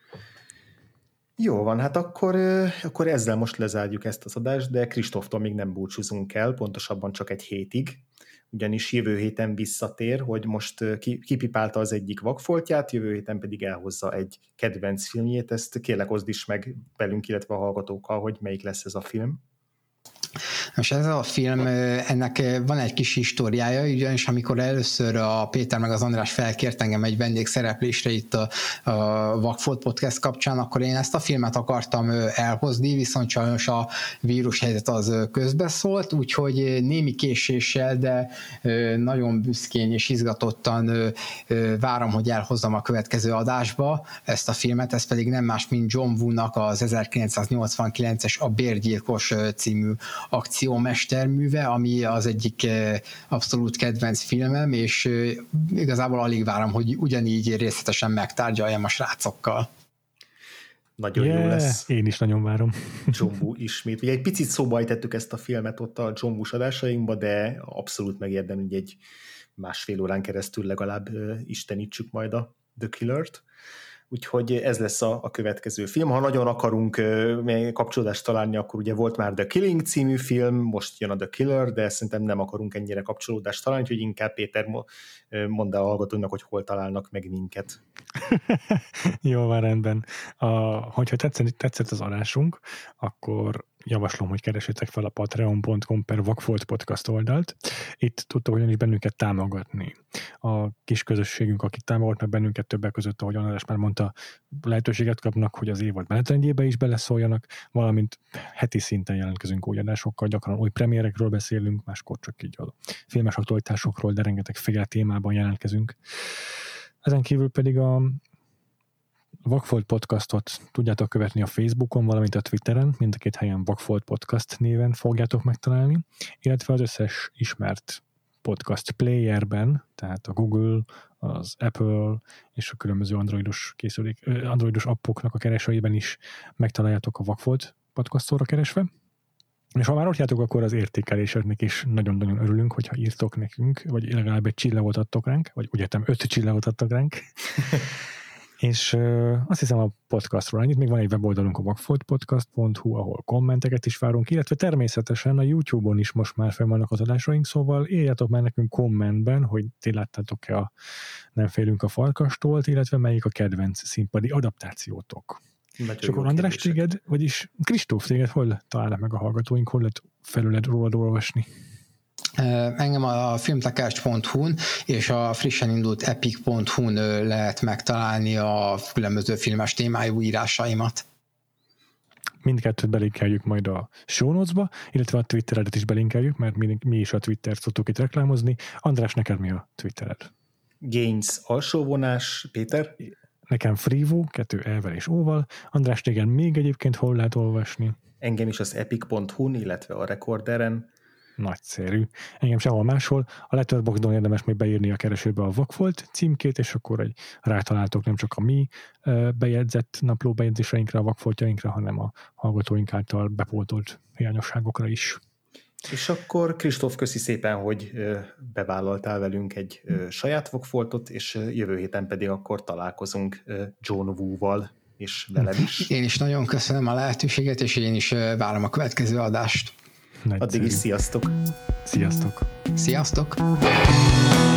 Jó van, hát akkor ezzel most lezárjuk ezt az adást, de Kristóftól még nem búcsúzunk el, pontosabban csak egy hétig, ugyanis jövő héten visszatér, hogy most kipipálta az egyik vakfoltját, jövő héten pedig elhozza egy kedvenc filmjét, ezt kérlek oszd is meg velünk, illetve a hallgatókkal, hogy melyik lesz ez a film. Most ez a film, ennek van egy kis históriája, ugyanis amikor először a Péter meg az András felkért engem egy vendégszereplésre itt a Vakfolt Podcast kapcsán, akkor én ezt a filmet akartam elhozni, viszont sajnos a vírushelyzet az közbeszólt, úgyhogy némi késéssel, de nagyon büszkén és izgatottan várom, hogy elhozzam a következő adásba ezt a filmet, ez pedig nem más, mint John Woo-nak az 1989-es A Bérgyilkos című akciómesterműve, ami az egyik abszolút kedvenc filmem, és igazából alig várom, hogy ugyanígy részletesen megtárgyaljam a srácokkal. Nagyon jó lesz. Én is nagyon várom. John Woo ismét. Ugye egy picit szóba ejtettük ezt a filmet ott a John Woo adásainkba, de abszolút megérdem, hogy egy másfél órán keresztül legalább istenítsük majd a The Killert. Úgyhogy ez lesz a következő film. Ha nagyon akarunk kapcsolódást találni, akkor ugye volt már The Killing című film, most jön a The Killer, de szerintem nem akarunk ennyire kapcsolódást találni, úgyhogy inkább Péter mondd el a hallgatónak, hogy hol találnak meg minket. Jó, van, rendben. Hogyha tetszett az adásunk, akkor javaslom, hogy keressétek fel a patreon.com/Vakfolt Podcast oldalt. Itt tudtok ugyanis bennünket támogatni. A kis közösségünk, akik támogatnak bennünket többek között, ahogy András már mondta, lehetőséget kapnak, hogy az évad menetrendjébe is beleszóljanak, valamint heti szinten jelentkezünk új adásokkal, gyakran új premierekről beszélünk, máskor csak így a filmes aktualitásokról, de rengetegféle témában jelentkezünk. Ezen kívül pedig a Vakfolt Podcastot tudjátok követni a Facebookon, valamint a Twitteren, mind a két helyen Vakfolt Podcast néven fogjátok megtalálni, illetve az összes ismert podcast playerben, tehát a Google, az Apple és a különböző androidos appoknak a keresőjében is megtaláljátok a Vakfolt Podcastóra keresve. És ha már ott jártok, akkor az értékeléseknek is nagyon-nagyon örülünk, hogyha írtok nekünk, vagy legalább egy csillagot adtok ránk, vagy úgy értem 5 csillagot adtok ránk. És azt hiszem a podcastról annyit, még van egy weboldalunk, a vakfoltpodcast.hu, ahol kommenteket is várunk, illetve természetesen a YouTube-on is most már fenn vannak az adásaink, szóval írjátok már nekünk kommentben, hogy ti láttátok-e a Nem félünk a farkastól, illetve melyik a kedvenc színpadi adaptációtok. És akkor András téged, vagyis Kristóf téged hol találnak meg a hallgatóink, hol lehet felüled rólad olvasni? Engem a filmtekercs.hu-n és a frissen indult epic.hu-n lehet megtalálni a különböző filmes témájú írásaimat. Mindkettőt belinkeljük majd a show notes-ba, illetve a Twitteredet is belinkeljük, mert mi is a Twittert szoktuk itt reklámozni. András, neked mi a Twittered? Gains alsóvonás, Péter? Nekem Freevo, 2 E-vel és O-val. András, téged még egyébként hol lehet olvasni? Engem is az epic.hu-n, illetve a Recorderen. Nagyszerű. Engem sehol máshol. A Letterboxdon érdemes még beírni a keresőbe a Vakfolt címkét, és akkor rátaláltok nem csak a mi bejegyzett napló bejegyzéseinkre, a vakfoltjainkra, hanem a hallgatóink által bepótolt hiányosságokra is. És akkor Kristóf, köszi szépen, hogy bevállaltál velünk egy saját Vakfoltot, és jövő héten pedig akkor találkozunk John Woo-val, és veled is. Én is nagyon köszönöm a lehetőséget, és én is várom a következő adást. Addig is sziasztok! Sziasztok! Sziasztok!